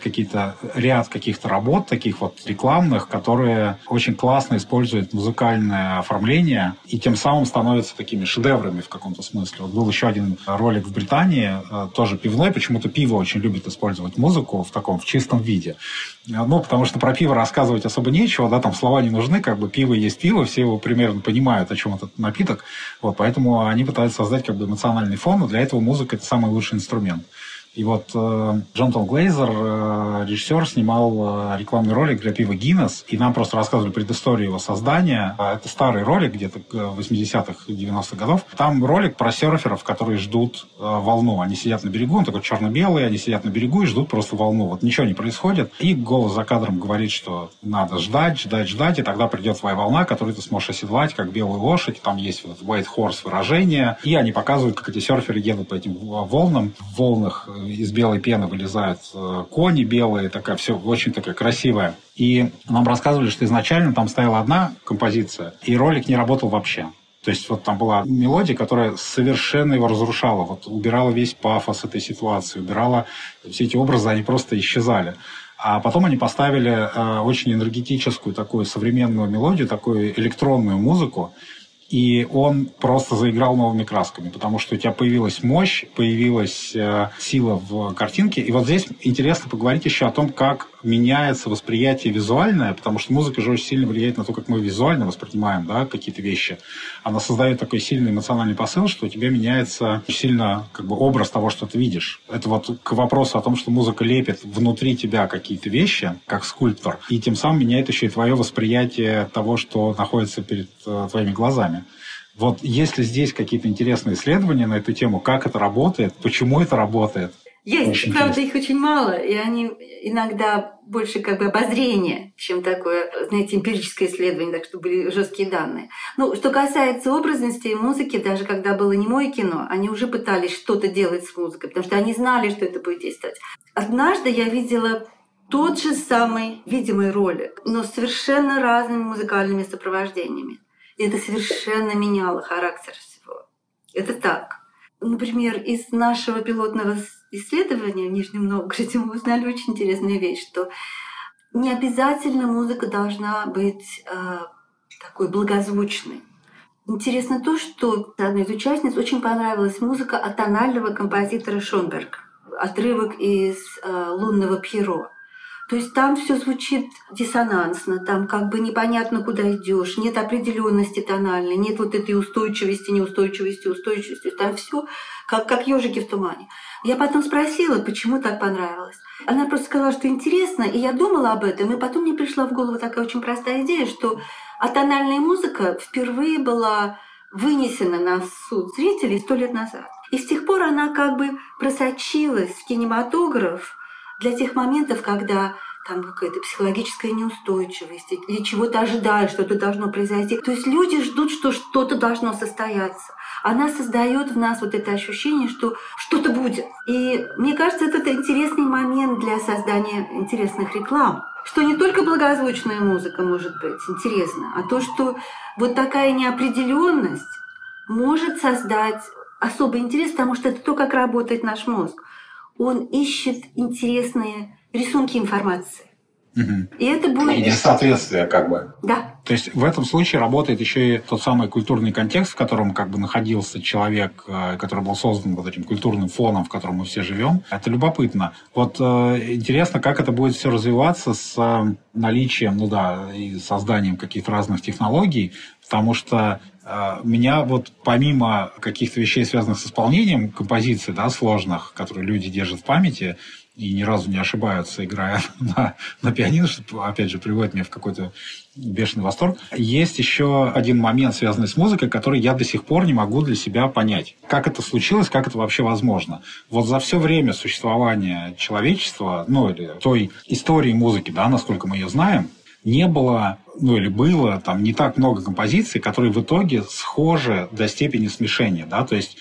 ряд каких-то работ, таких вот рекламных, которые очень классно используют музыкальное оформление и тем самым становятся такими шедеврами в каком-то смысле. Вот был еще один ролик в Британии, тоже пивной. Почему-то пиво очень любит использовать музыку в чистом виде. Ну, потому что про пиво рассказывать особо нечего, да, там слова не нужны, как бы пиво есть пиво, все его примерно понимают, о чем этот напиток. Вот, поэтому они пытаются создать как бы эмоциональный фон, и для этого музыка – это самый лучший инструмент. И вот Джонатан Глейзер, режиссер, снимал рекламный ролик для пива Guinness, и нам просто рассказывали предысторию его создания. Это старый ролик, где-то 80-х, 90-х годов. Там ролик про серферов, которые ждут волну. Они сидят на берегу, он такой черно-белый, они сидят на берегу и ждут просто волну. Вот ничего не происходит. И голос за кадром говорит, что надо ждать, и тогда придет твоя волна, которую ты сможешь оседлать, как белую лошадь. Там есть вот white horse выражение. И они показывают, как эти серферы едут по этим волнам. В волнах из белой пены вылезают кони белые, все очень такая красивая. И нам рассказывали, что изначально там стояла одна композиция, и ролик не работал вообще. То есть вот там была мелодия, которая совершенно его разрушала, вот убирала весь пафос этой ситуации, убирала все эти образы, они просто исчезали. А потом они поставили очень энергетическую такую современную мелодию, такую электронную музыку, и он просто заиграл новыми красками, потому что у тебя появилась мощь, появилась сила в картинке. И вот здесь интересно поговорить еще о том, как меняется восприятие визуальное, потому что музыка же очень сильно влияет на то, как мы визуально воспринимаем, да, какие-то вещи. Она создает такой сильный эмоциональный посыл, что у тебя меняется очень сильно как бы образ того, что ты видишь. Это вот к вопросу о том, что музыка лепит внутри тебя какие-то вещи, как скульптор, и тем самым меняет еще и твое восприятие того, что находится перед твоими глазами. Вот есть ли здесь какие-то интересные исследования на эту тему, как это работает, почему это работает? Есть, очень правда, интересно. их очень мало, и они иногда больше как бы обозрение, чем такое, знаете, эмпирическое исследование, так что были жесткие данные. Ну, что касается образности и музыки, даже когда было немое кино, они уже пытались что-то делать с музыкой, потому что они знали, что это будет действовать. Однажды я видела тот же самый видимый ролик, но с совершенно разными музыкальными сопровождениями. И это совершенно меняло характер всего. Это так. Например, из нашего пилотного исследования в Нижнем Новгороде мы узнали очень интересную вещь, что не обязательно музыка должна быть такой благозвучной. Интересно то, что одной из участниц очень понравилась музыка атонального композитора Шонберга, отрывок из «Лунного Пьеро». То есть там все звучит диссонансно, там как бы непонятно, куда идешь, нет определенности тональной, нет вот этой устойчивости, неустойчивости, устойчивости. Там все как ежики в тумане. Я потом спросила, почему так понравилось. Она просто сказала, что интересно, и я думала об этом, и потом мне пришла в голову такая очень простая идея, что атональная музыка впервые была вынесена на суд зрителей 100 лет назад. И с тех пор она как бы просочилась в кинематограф, для тех моментов, когда там какая-то психологическая неустойчивость, или чего-то ожидают, что-то должно произойти. То есть люди ждут, что что-то должно состояться. Она создает в нас вот это ощущение, что что-то будет. И мне кажется, это интересный момент для создания интересных реклам. Что не только благозвучная музыка может быть интересна, а то, что вот такая неопределенность может создать особый интерес, потому что это то, как работает наш мозг. Он ищет интересные рисунки информации. Угу. И это будет... И несоответствие как бы. Да. То есть в этом случае работает еще и тот самый культурный контекст, в котором как бы находился человек, который был создан вот этим культурным фоном, в котором мы все живем. Это любопытно. Вот интересно, как это будет все развиваться с наличием, и созданием каких-то разных технологий, потому что меня вот помимо каких-то вещей, связанных с исполнением композиций, сложных, которые люди держат в памяти и ни разу не ошибаются, играя на пианино, что, опять же, приводит меня в какой-то бешеный восторг. Есть еще один момент, связанный с музыкой, который я до сих пор не могу для себя понять. Как это случилось, как это вообще возможно? Вот за все время существования человечества, или той истории музыки, насколько мы ее знаем, не было, или было там не так много композиций, которые в итоге схожи до степени смешения, то есть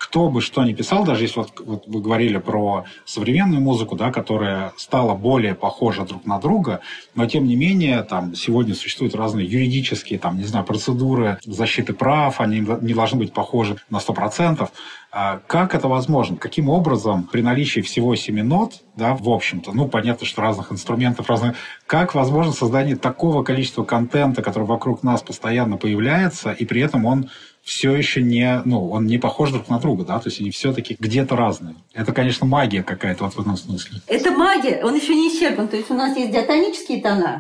кто бы что ни писал, даже если вот вы говорили про современную музыку, да, которая стала более похожа друг на друга, но тем не менее там сегодня существуют разные юридические, там, не знаю, процедуры защиты прав, они не должны быть похожи на 100%. Как это возможно? Каким образом при наличии всего 7 нот, да, в общем-то, ну, понятно, что разных инструментов, как возможно создание такого количества контента, который вокруг нас постоянно появляется, и при этом он все еще он не похож друг на друга, да, то есть они все-таки где-то разные. Это, конечно, магия какая-то вот в этом смысле. Это магия, он еще не исчерпан. То есть у нас есть диатонические тона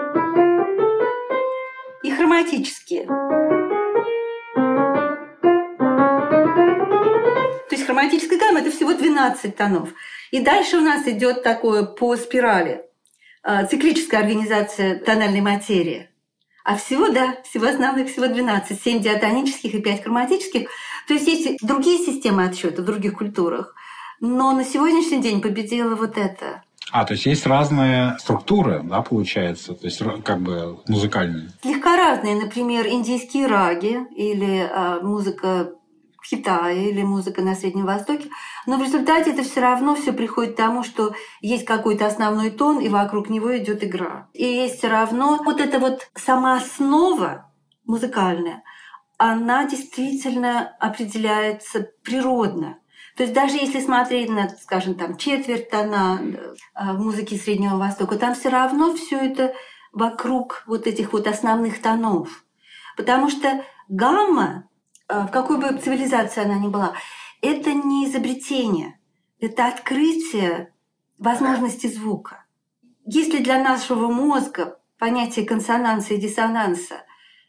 и хроматические. То есть хроматическая гамма – это всего 12 тонов. И дальше у нас идет такое по спирали. Циклическая организация тональной материи. А всего основных всего 12. 7 диатонических и 5 хроматических. То есть есть другие системы отсчета в других культурах. Но на сегодняшний день победила вот это. То есть есть разные структуры, да, получается, то есть как бы музыкальные? Слегка разные. Например, индийские раги или музыка в Китае или музыка на Среднем Востоке. Но в результате это все равно все приходит к тому, что есть какой-то основной тон, и вокруг него идет игра. И есть все равно вот эта вот сама основа музыкальная, она действительно определяется природно. То есть даже если смотреть на, скажем, там четверть тона музыки Среднего Востока, там все равно все это вокруг вот этих вот основных тонов. Потому что гамма, в какой бы цивилизации она ни была, это не изобретение, это открытие возможности звука. Если для нашего мозга понятие консонанса и диссонанса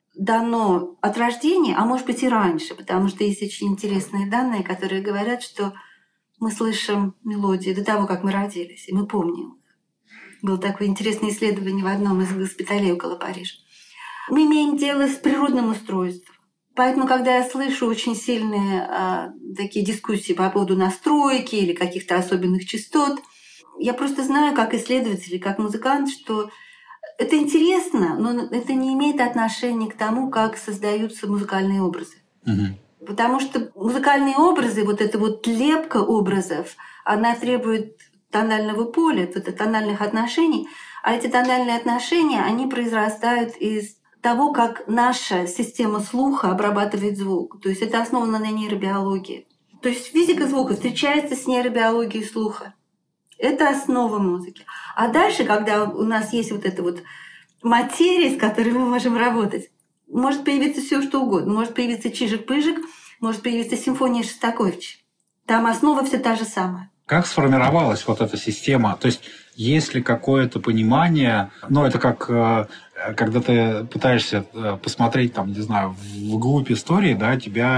дано от рождения, а может быть и раньше, потому что есть очень интересные данные, которые говорят, что мы слышим мелодии до того, как мы родились, и мы помним их. Было такое интересное исследование в одном из госпиталей около Парижа. Мы имеем дело с природным устройством. Поэтому, когда я слышу очень сильные такие дискуссии по поводу настройки или каких-то особенных частот, я просто знаю, как исследователь, как музыкант, что это интересно, но это не имеет отношения к тому, как создаются музыкальные образы. Угу. Потому что музыкальные образы, вот эта вот лепка образов, она требует тонального поля, тональных отношений, а эти тональные отношения, они произрастают из того, как наша система слуха обрабатывает звук. То есть это основано на нейробиологии. То есть физика звука встречается с нейробиологией слуха. Это основа музыки. А дальше, когда у нас есть вот эта вот материя, с которой мы можем работать, может появиться все что угодно. Может появиться Чижик-Пыжик, может появиться симфония Шостаковича. Там основа все та же самая. Как сформировалась вот эта система? То есть есть ли какое-то понимание, это как когда ты пытаешься посмотреть, там, не знаю, вглубь истории, да,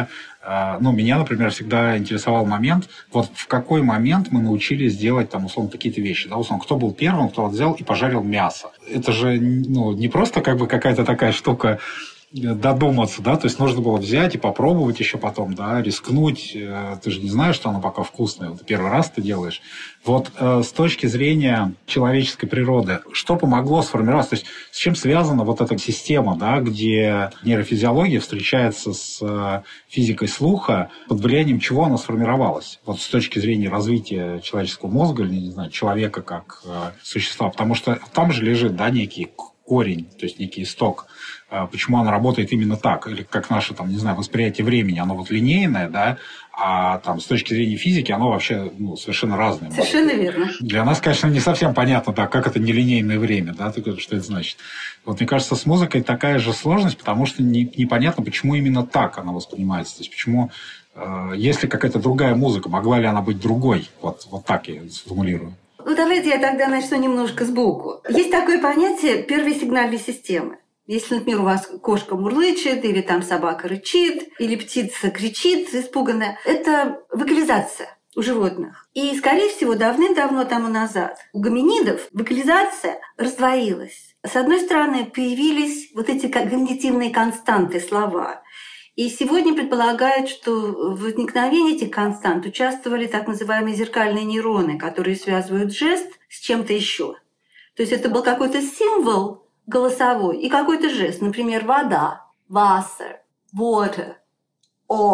меня, например, всегда интересовал момент, вот в какой момент мы научились делать, там, условно, какие-то вещи, да, условно, кто был первым, кто взял и пожарил мясо. Это же, не просто как бы какая-то такая штука, додуматься, да, то есть нужно было взять и попробовать еще потом, да, рискнуть, ты же не знаешь, что оно пока вкусное, вот первый раз ты делаешь. Вот с точки зрения человеческой природы, что помогло сформироваться, то есть с чем связана вот эта система, да, где нейрофизиология встречается с физикой слуха, под влиянием чего она сформировалась, вот с точки зрения развития человеческого мозга или, не знаю, человека как существа, потому что там же лежит, да, некий корень, то есть некий исток, почему она работает именно так, или как наше, там, не знаю, восприятие времени, оно вот линейное, да, а там с точки зрения физики оно вообще совершенно разное. Совершенно верно. Для нас, конечно, не совсем понятно, да, как это нелинейное время, да, что это значит. Вот мне кажется, с музыкой такая же сложность, потому что непонятно, почему именно так она воспринимается, то есть почему, если какая-то другая музыка, могла ли она быть другой, вот так я сформулирую. Давайте я тогда начну немножко сбоку. Есть такое понятие первой сигнальной системы. Если, например, у вас кошка мурлычет, или там собака рычит, или птица кричит испуганная, это вокализация у животных. И, скорее всего, давным-давно тому назад у гоминидов вокализация раздвоилась. С одной стороны, появились вот эти когнитивные константы, слова. И сегодня предполагают, что в возникновении этих констант участвовали так называемые зеркальные нейроны, которые связывают жест с чем-то еще. То есть это был какой-то символ голосовой и какой-то жест. Например, вода, Wasser, water, or.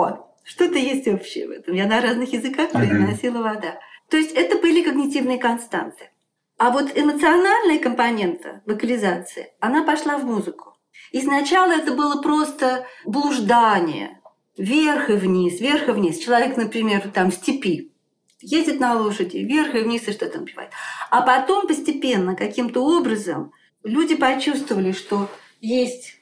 Что-то есть общее в этом. Я на разных языках произносила вода. То есть это были когнитивные константы. А вот эмоциональная компонента вокализации, она пошла в музыку. И сначала это было просто блуждание. Вверх и вниз, вверх и вниз. Человек, например, там в степи ездит на лошади, вверх и вниз и что-то напевает. А потом постепенно, каким-то образом, люди почувствовали, что есть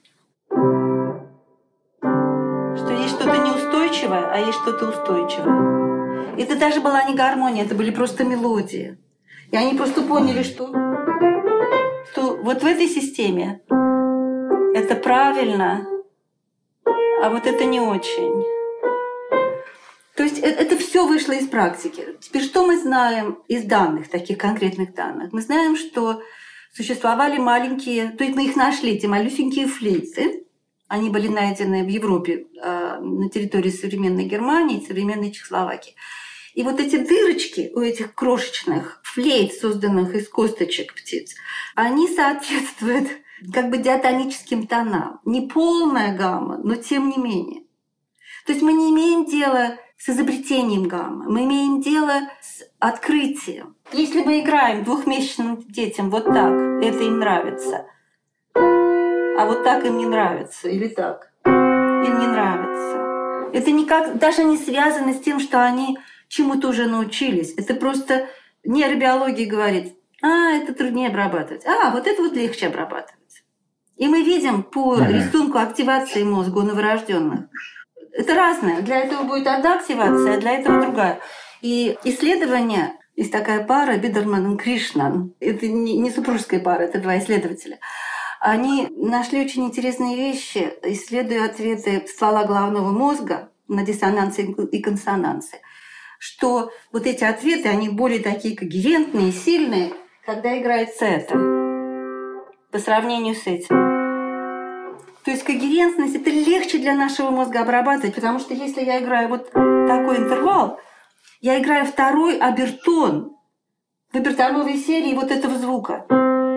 что-то неустойчивое, а есть что-то устойчивое. Это даже была не гармония, это были просто мелодии. И они просто поняли, что вот в этой системе это правильно, а вот это не очень. То есть это все вышло из практики. Теперь что мы знаем из данных, таких конкретных данных? Мы знаем, что существовали маленькие, то есть мы их нашли, эти малюсенькие флейты. Они были найдены в Европе, на территории современной Германии и современной Чехословакии. И вот эти дырочки у этих крошечных флейт, созданных из косточек птиц, они соответствуют как бы диатоническим тонам. Не полная гамма, но тем не менее. То есть мы не имеем дела с изобретением гаммы, мы имеем дело с открытием. Если мы играем двухмесячным детям вот так, это им нравится, а вот так им не нравится, или так, им не нравится. Это никак даже не связано с тем, что они чему-то уже научились. Это просто нейробиология говорит, это труднее обрабатывать, вот это вот легче обрабатывать. И мы видим по рисунку активации мозга у новорожденных. Это разное. Для этого будет одна активация, а для этого другая. И исследования, есть такая пара Бидерман и Кришнан, это не супружеская пара, это два исследователя, они нашли очень интересные вещи, исследуя ответы ствола головного мозга на диссонансы и консонансы, что вот эти ответы, они более такие когерентные, сильные, когда играется это, по сравнению с этим. То есть когерентность – это легче для нашего мозга обрабатывать, потому что если я играю вот такой интервал, я играю второй обертон в обертоновой серии вот этого звука.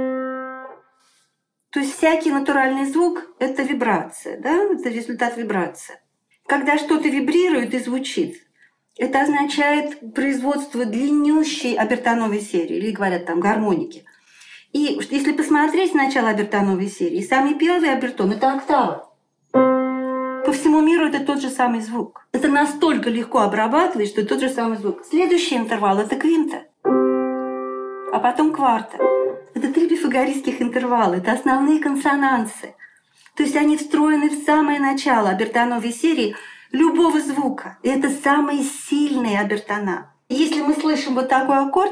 То есть всякий натуральный звук – это вибрация, да? Это результат вибрации. Когда что-то вибрирует и звучит, это означает производство длиннющей обертоновой серии, или говорят там гармоники. И если посмотреть начало обертоновой серии, самый первый обертон – это октава. По всему миру это тот же самый звук. Это настолько легко обрабатывать, что это тот же самый звук. Следующий интервал – это квинта, а потом кварта. Это 3 пифагористских интервала, это основные консонансы. То есть они встроены в самое начало обертоновой серии любого звука. И это самые сильные обертона. Если мы слышим вот такой аккорд,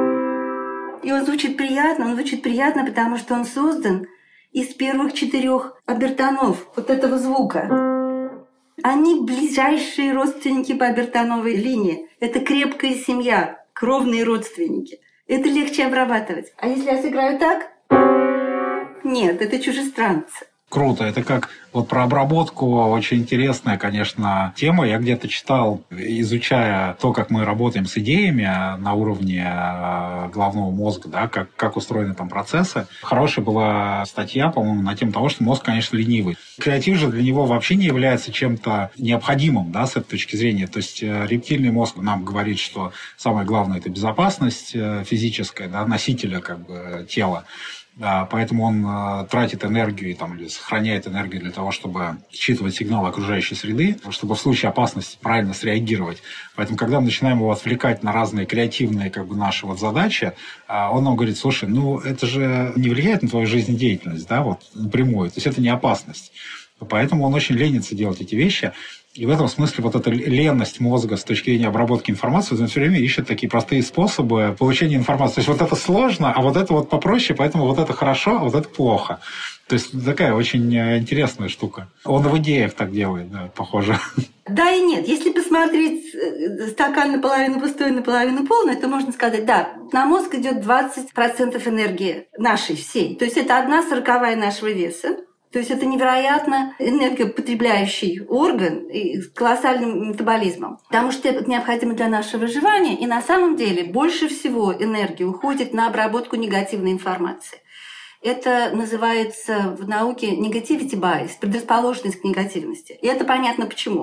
и он звучит приятно, потому что он создан из первых 4 обертонов вот этого звука. Они ближайшие родственники по обертоновой линии. Это крепкая семья, кровные родственники. Это легче обрабатывать. А если я сыграю так? Нет, это чужестранцы. Круто. Это как вот про обработку очень интересная, конечно, тема. Я где-то читал, изучая то, как мы работаем с идеями на уровне головного мозга, да, как устроены там процессы. Хорошая была статья, по-моему, на тему того, что мозг, конечно, ленивый. Креатив же для него вообще не является чем-то необходимым, да, с этой точки зрения. То есть рептильный мозг нам говорит, что самое главное – это безопасность физическая, да, носителя как бы тела. Поэтому он тратит энергию или сохраняет энергию для того, чтобы считывать сигналы окружающей среды, чтобы в случае опасности правильно среагировать. Поэтому, когда мы начинаем его отвлекать на разные креативные наши задачи, он нам говорит: слушай, это же не влияет на твою жизнедеятельность, да, вот напрямую. То есть это не опасность. Поэтому он очень ленится делать эти вещи. И в этом смысле вот эта ленность мозга с точки зрения обработки информации, он все время ищет такие простые способы получения информации. То есть вот это сложно, а вот это вот попроще, поэтому вот это хорошо, а вот это плохо. То есть такая очень интересная штука. Он в идеях так делает, да, похоже. Да и нет. Если посмотреть стакан наполовину пустой, наполовину полный, то можно сказать, да, на мозг идет 20% энергии нашей всей. То есть это 1/40 нашего веса. То есть это невероятно энергопотребляющий орган и с колоссальным метаболизмом. Потому что это необходимо для нашего выживания. И на самом деле больше всего энергии уходит на обработку негативной информации. Это называется в науке negativity bias, предрасположенность к негативности. И это понятно почему.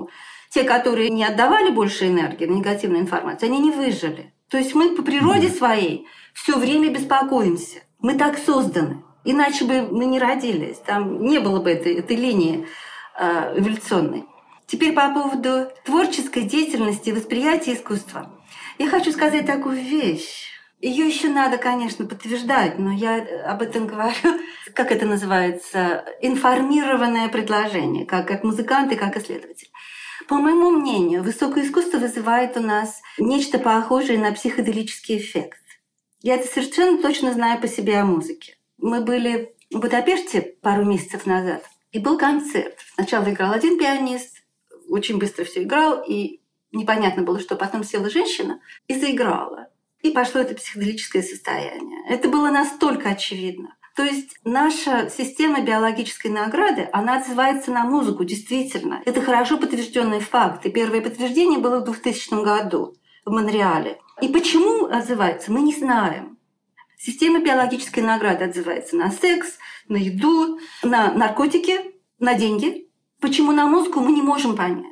те, которые не отдавали больше энергии на негативную информацию, они не выжили. То есть мы по природе своей все время беспокоимся. Мы так созданы. Иначе бы мы не родились. Там не было бы этой линии эволюционной. Теперь по поводу творческой деятельности и восприятия искусства. Я хочу сказать такую вещь. Ее еще надо, конечно, подтверждать, но я об этом говорю, как это называется, информированное предложение, как музыкант и как исследователь. По моему мнению, высокое искусство вызывает у нас нечто похожее на психоделический эффект. Я это совершенно точно знаю по себе о музыке. Мы были в Будапеште пару месяцев назад, и был концерт. Сначала играл один пианист, очень быстро все играл, и непонятно было, что потом села женщина и заиграла. И пошло это психоделическое состояние. Это было настолько очевидно. То есть наша система биологической награды, она отзывается на музыку, действительно. Это хорошо подтвержденный факт. И первое подтверждение было в 2000 году в Монреале. И почему отзывается, мы не знаем. Система биологической награды отзывается на секс, на еду, на наркотики, на деньги. Почему на музыку, мы не можем понять.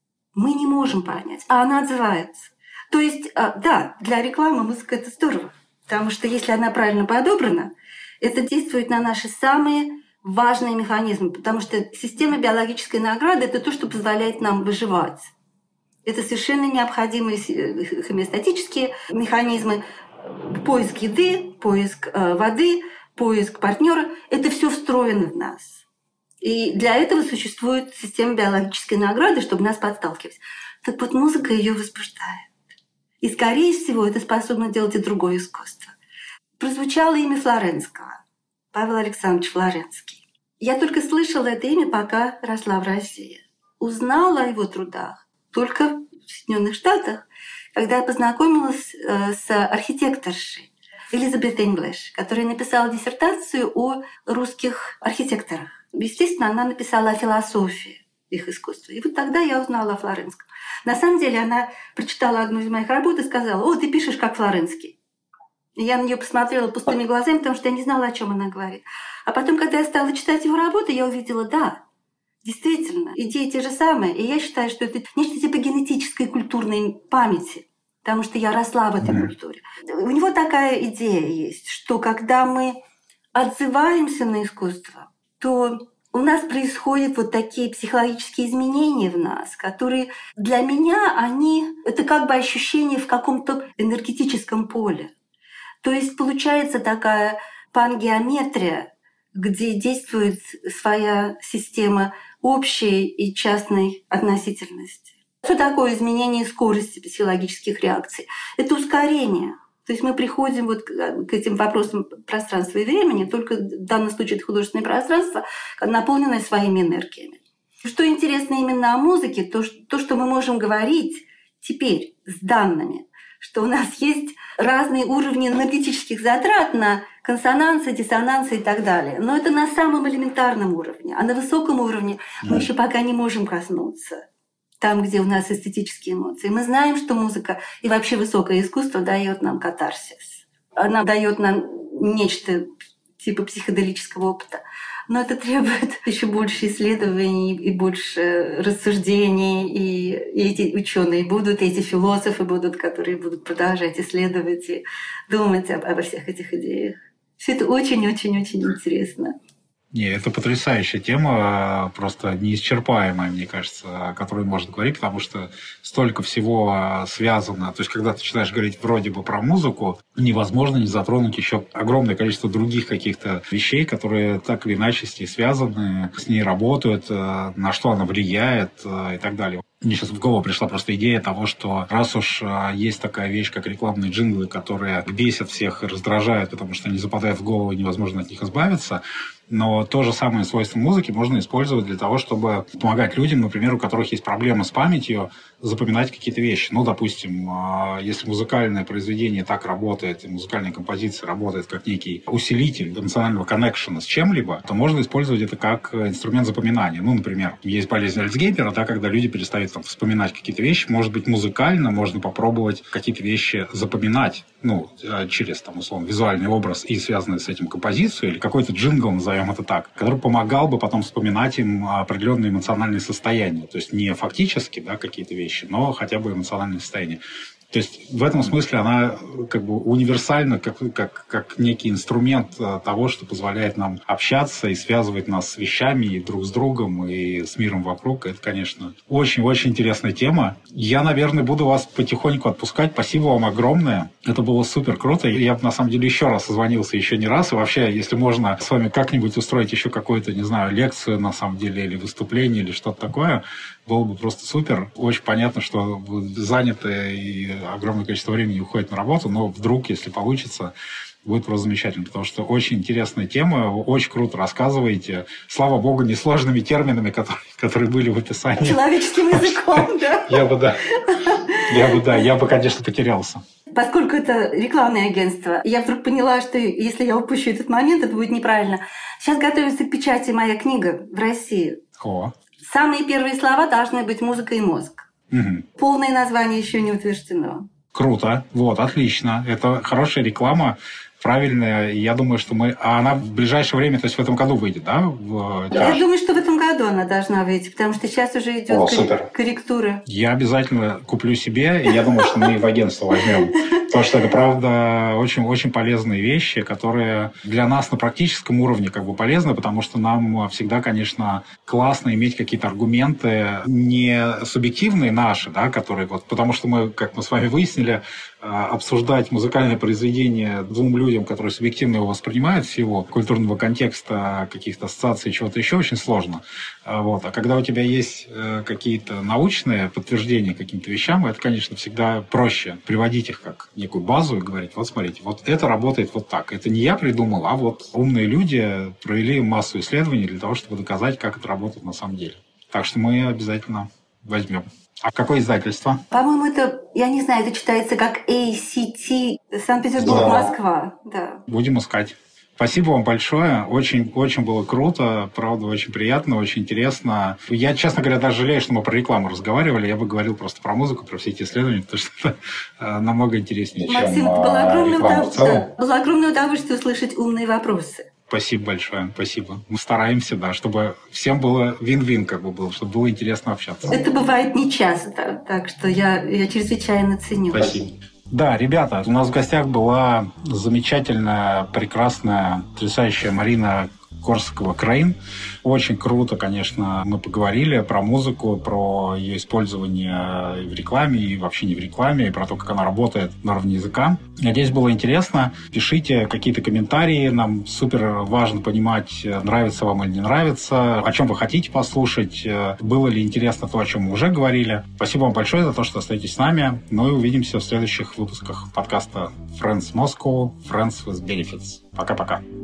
Мы не можем понять, а она отзывается. То есть, да, для рекламы музыка – это здорово, потому что если она правильно подобрана, это действует на наши самые важные механизмы, потому что система биологической награды – это то, что позволяет нам выживать. Это совершенно необходимые хомеостатические механизмы. Поиск еды, поиск воды, поиск партнера – это все встроено в нас. И для этого существует система биологической награды, чтобы нас подталкивать. Так вот, музыка ее возбуждает. И, скорее всего, это способно делать и другое искусство. Прозвучало имя Флоренского, Павел Александрович Флоренский. Я только слышала это имя, пока росла в России. Узнала о его трудах только в Соединенных Штатах, когда я познакомилась с архитекторшей Элизабет Инглиш, которая написала диссертацию о русских архитекторах. Естественно, она написала о философии их искусства. И вот тогда я узнала о Флоренском. На самом деле она прочитала одну из моих работ и сказала: «О, ты пишешь как Флоренский». И я на нее посмотрела пустыми глазами, потому что я не знала, о чем она говорит. А потом, когда я стала читать его работы, я увидела, да, действительно, идеи те же самые. И я считаю, что это нечто типа генетической культурной памяти, потому что я росла в этой культуре. У него такая идея есть, что когда мы отзываемся на искусство, то у нас происходят вот такие психологические изменения в нас, которые для меня, это как бы ощущение в каком-то энергетическом поле. То есть получается такая пангеометрия, где действует своя система общей и частной относительности. Что такое изменение скорости психологических реакций? Это ускорение. То есть мы приходим вот к этим вопросам пространства и времени, только в данном случае это художественное пространство, наполненное своими энергиями. Что интересно именно о музыке, то, что мы можем говорить теперь с данными, что у нас есть разные уровни энергетических затрат на консонансы, диссонансы и так далее. Но это на самом элементарном уровне. А на высоком уровне мы еще пока не можем коснуться. Там, где у нас эстетические эмоции. Мы знаем, что музыка и вообще высокое искусство дает нам катарсис. Она дает нам нечто типа психоделического опыта. Но это требует еще больше исследований и больше рассуждений. И эти ученые будут, и эти философы будут, которые будут продолжать исследовать и думать обо всех этих идеях. Все это очень-очень-очень интересно. Не, это потрясающая тема, просто неисчерпаемая, мне кажется, о которой можно говорить, потому что столько всего связано. То есть, когда ты начинаешь говорить вроде бы про музыку, невозможно не затронуть еще огромное количество других каких-то вещей, которые так или иначе с ней связаны, с ней работают, на что она влияет и так далее. Мне сейчас в голову пришла просто идея того, что раз уж есть такая вещь, как рекламные джинглы, которые бесят всех и раздражают, потому что они западают в голову и невозможно от них избавиться, но то же самое свойство музыки можно использовать для того, чтобы помогать людям, например, у которых есть проблемы с памятью, запоминать какие-то вещи. Ну, допустим, если музыкальное произведение так работает, и музыкальная композиция работает как некий усилитель эмоционального коннекшена с чем-либо, то можно использовать это как инструмент запоминания. Ну, например, есть болезнь Альцгеймера, да, когда люди перестают вспоминать какие-то вещи. Может быть, музыкально можно попробовать какие-то вещи запоминать через, там, условно, визуальный образ и связанную с этим композицию, или какой-то джингл, назовем это так, который помогал бы потом вспоминать им определенные эмоциональные состояния. То есть не фактически, да, какие-то вещи, но хотя бы эмоциональные состояния. То есть в этом смысле она как бы универсальна, как некий инструмент того, что позволяет нам общаться и связывать нас с вещами и друг с другом, и с миром вокруг. Это, конечно, очень-очень интересная тема. Я, наверное, буду вас потихоньку отпускать. Спасибо вам огромное. Это было супер круто. Я бы, на самом деле, еще раз созвонился, еще не раз. И вообще, если можно с вами как-нибудь устроить еще какую-то, не знаю, лекцию, на самом деле, или выступление, или что-то такое, было бы просто супер. Очень понятно, что вы заняты и огромное количество времени уходит на работу, но вдруг, если получится, будет просто замечательно, потому что очень интересная тема, вы очень круто рассказываете. Слава богу, несложными терминами, которые были в описании. Человеческим языком, да? Я бы, конечно, потерялся. Поскольку это рекламное агентство, я вдруг поняла, что если я упущу этот момент, это будет неправильно. Сейчас готовится к печати моя книга в России. Самые первые слова должны быть «музыка» и «мозг». Угу. Полное название еще не утверждено. Круто. Отлично. Это хорошая реклама, правильная. Я думаю, что она в ближайшее время, то есть в этом году выйдет, да? Я думаю, что в этом году она должна выйти, потому что сейчас уже идет корректура. Я обязательно куплю себе, и я думаю, что мы в агентство возьмем. Потому что это, правда, очень-очень полезные вещи, которые для нас на практическом уровне как бы полезны, потому что нам всегда, конечно, классно иметь какие-то аргументы не субъективные наши, да, которые потому что мы, как мы с вами выяснили, обсуждать музыкальное произведение двум людям, которые субъективно его воспринимают, всего культурного контекста, каких-то ассоциаций, чего-то еще, очень сложно. А когда у тебя есть какие-то научные подтверждения каким-то вещам, это, конечно, всегда проще приводить их как некую базу и говорить, смотрите, это работает вот так. Это не я придумал, а умные люди провели массу исследований для того, чтобы доказать, как это работает на самом деле. Так что мы обязательно возьмем. А какое издательство? По-моему, я не знаю, это читается как ACT Санкт-Петербург, Москва. Да. Будем искать. Спасибо вам большое. Очень, очень было круто. Правда, очень приятно, очень интересно. Я, честно говоря, даже жалею, что мы про рекламу разговаривали. Я бы говорил просто про музыку, про все эти исследования, потому что это намного интереснее, Максим, это было огромное удовольствие услышать умные вопросы. Спасибо большое, спасибо. Мы стараемся, чтобы всем было вин-вин, чтобы было интересно общаться. Это бывает нечасто, так что я чрезвычайно ценю. Спасибо. Да, ребята, у нас в гостях была замечательная, прекрасная, потрясающая Марина Корсакова-Крейн. Очень круто, конечно, мы поговорили про музыку, про ее использование в рекламе и вообще не в рекламе, и про то, как она работает на уровне языка. Надеюсь, было интересно. Пишите какие-то комментарии. Нам супер важно понимать, нравится вам или не нравится, о чем вы хотите послушать, было ли интересно то, о чем мы уже говорили. Спасибо вам большое за то, что остаетесь с нами. И увидимся в следующих выпусках подкаста Friends Moscow, Friends with Benefits. Пока-пока.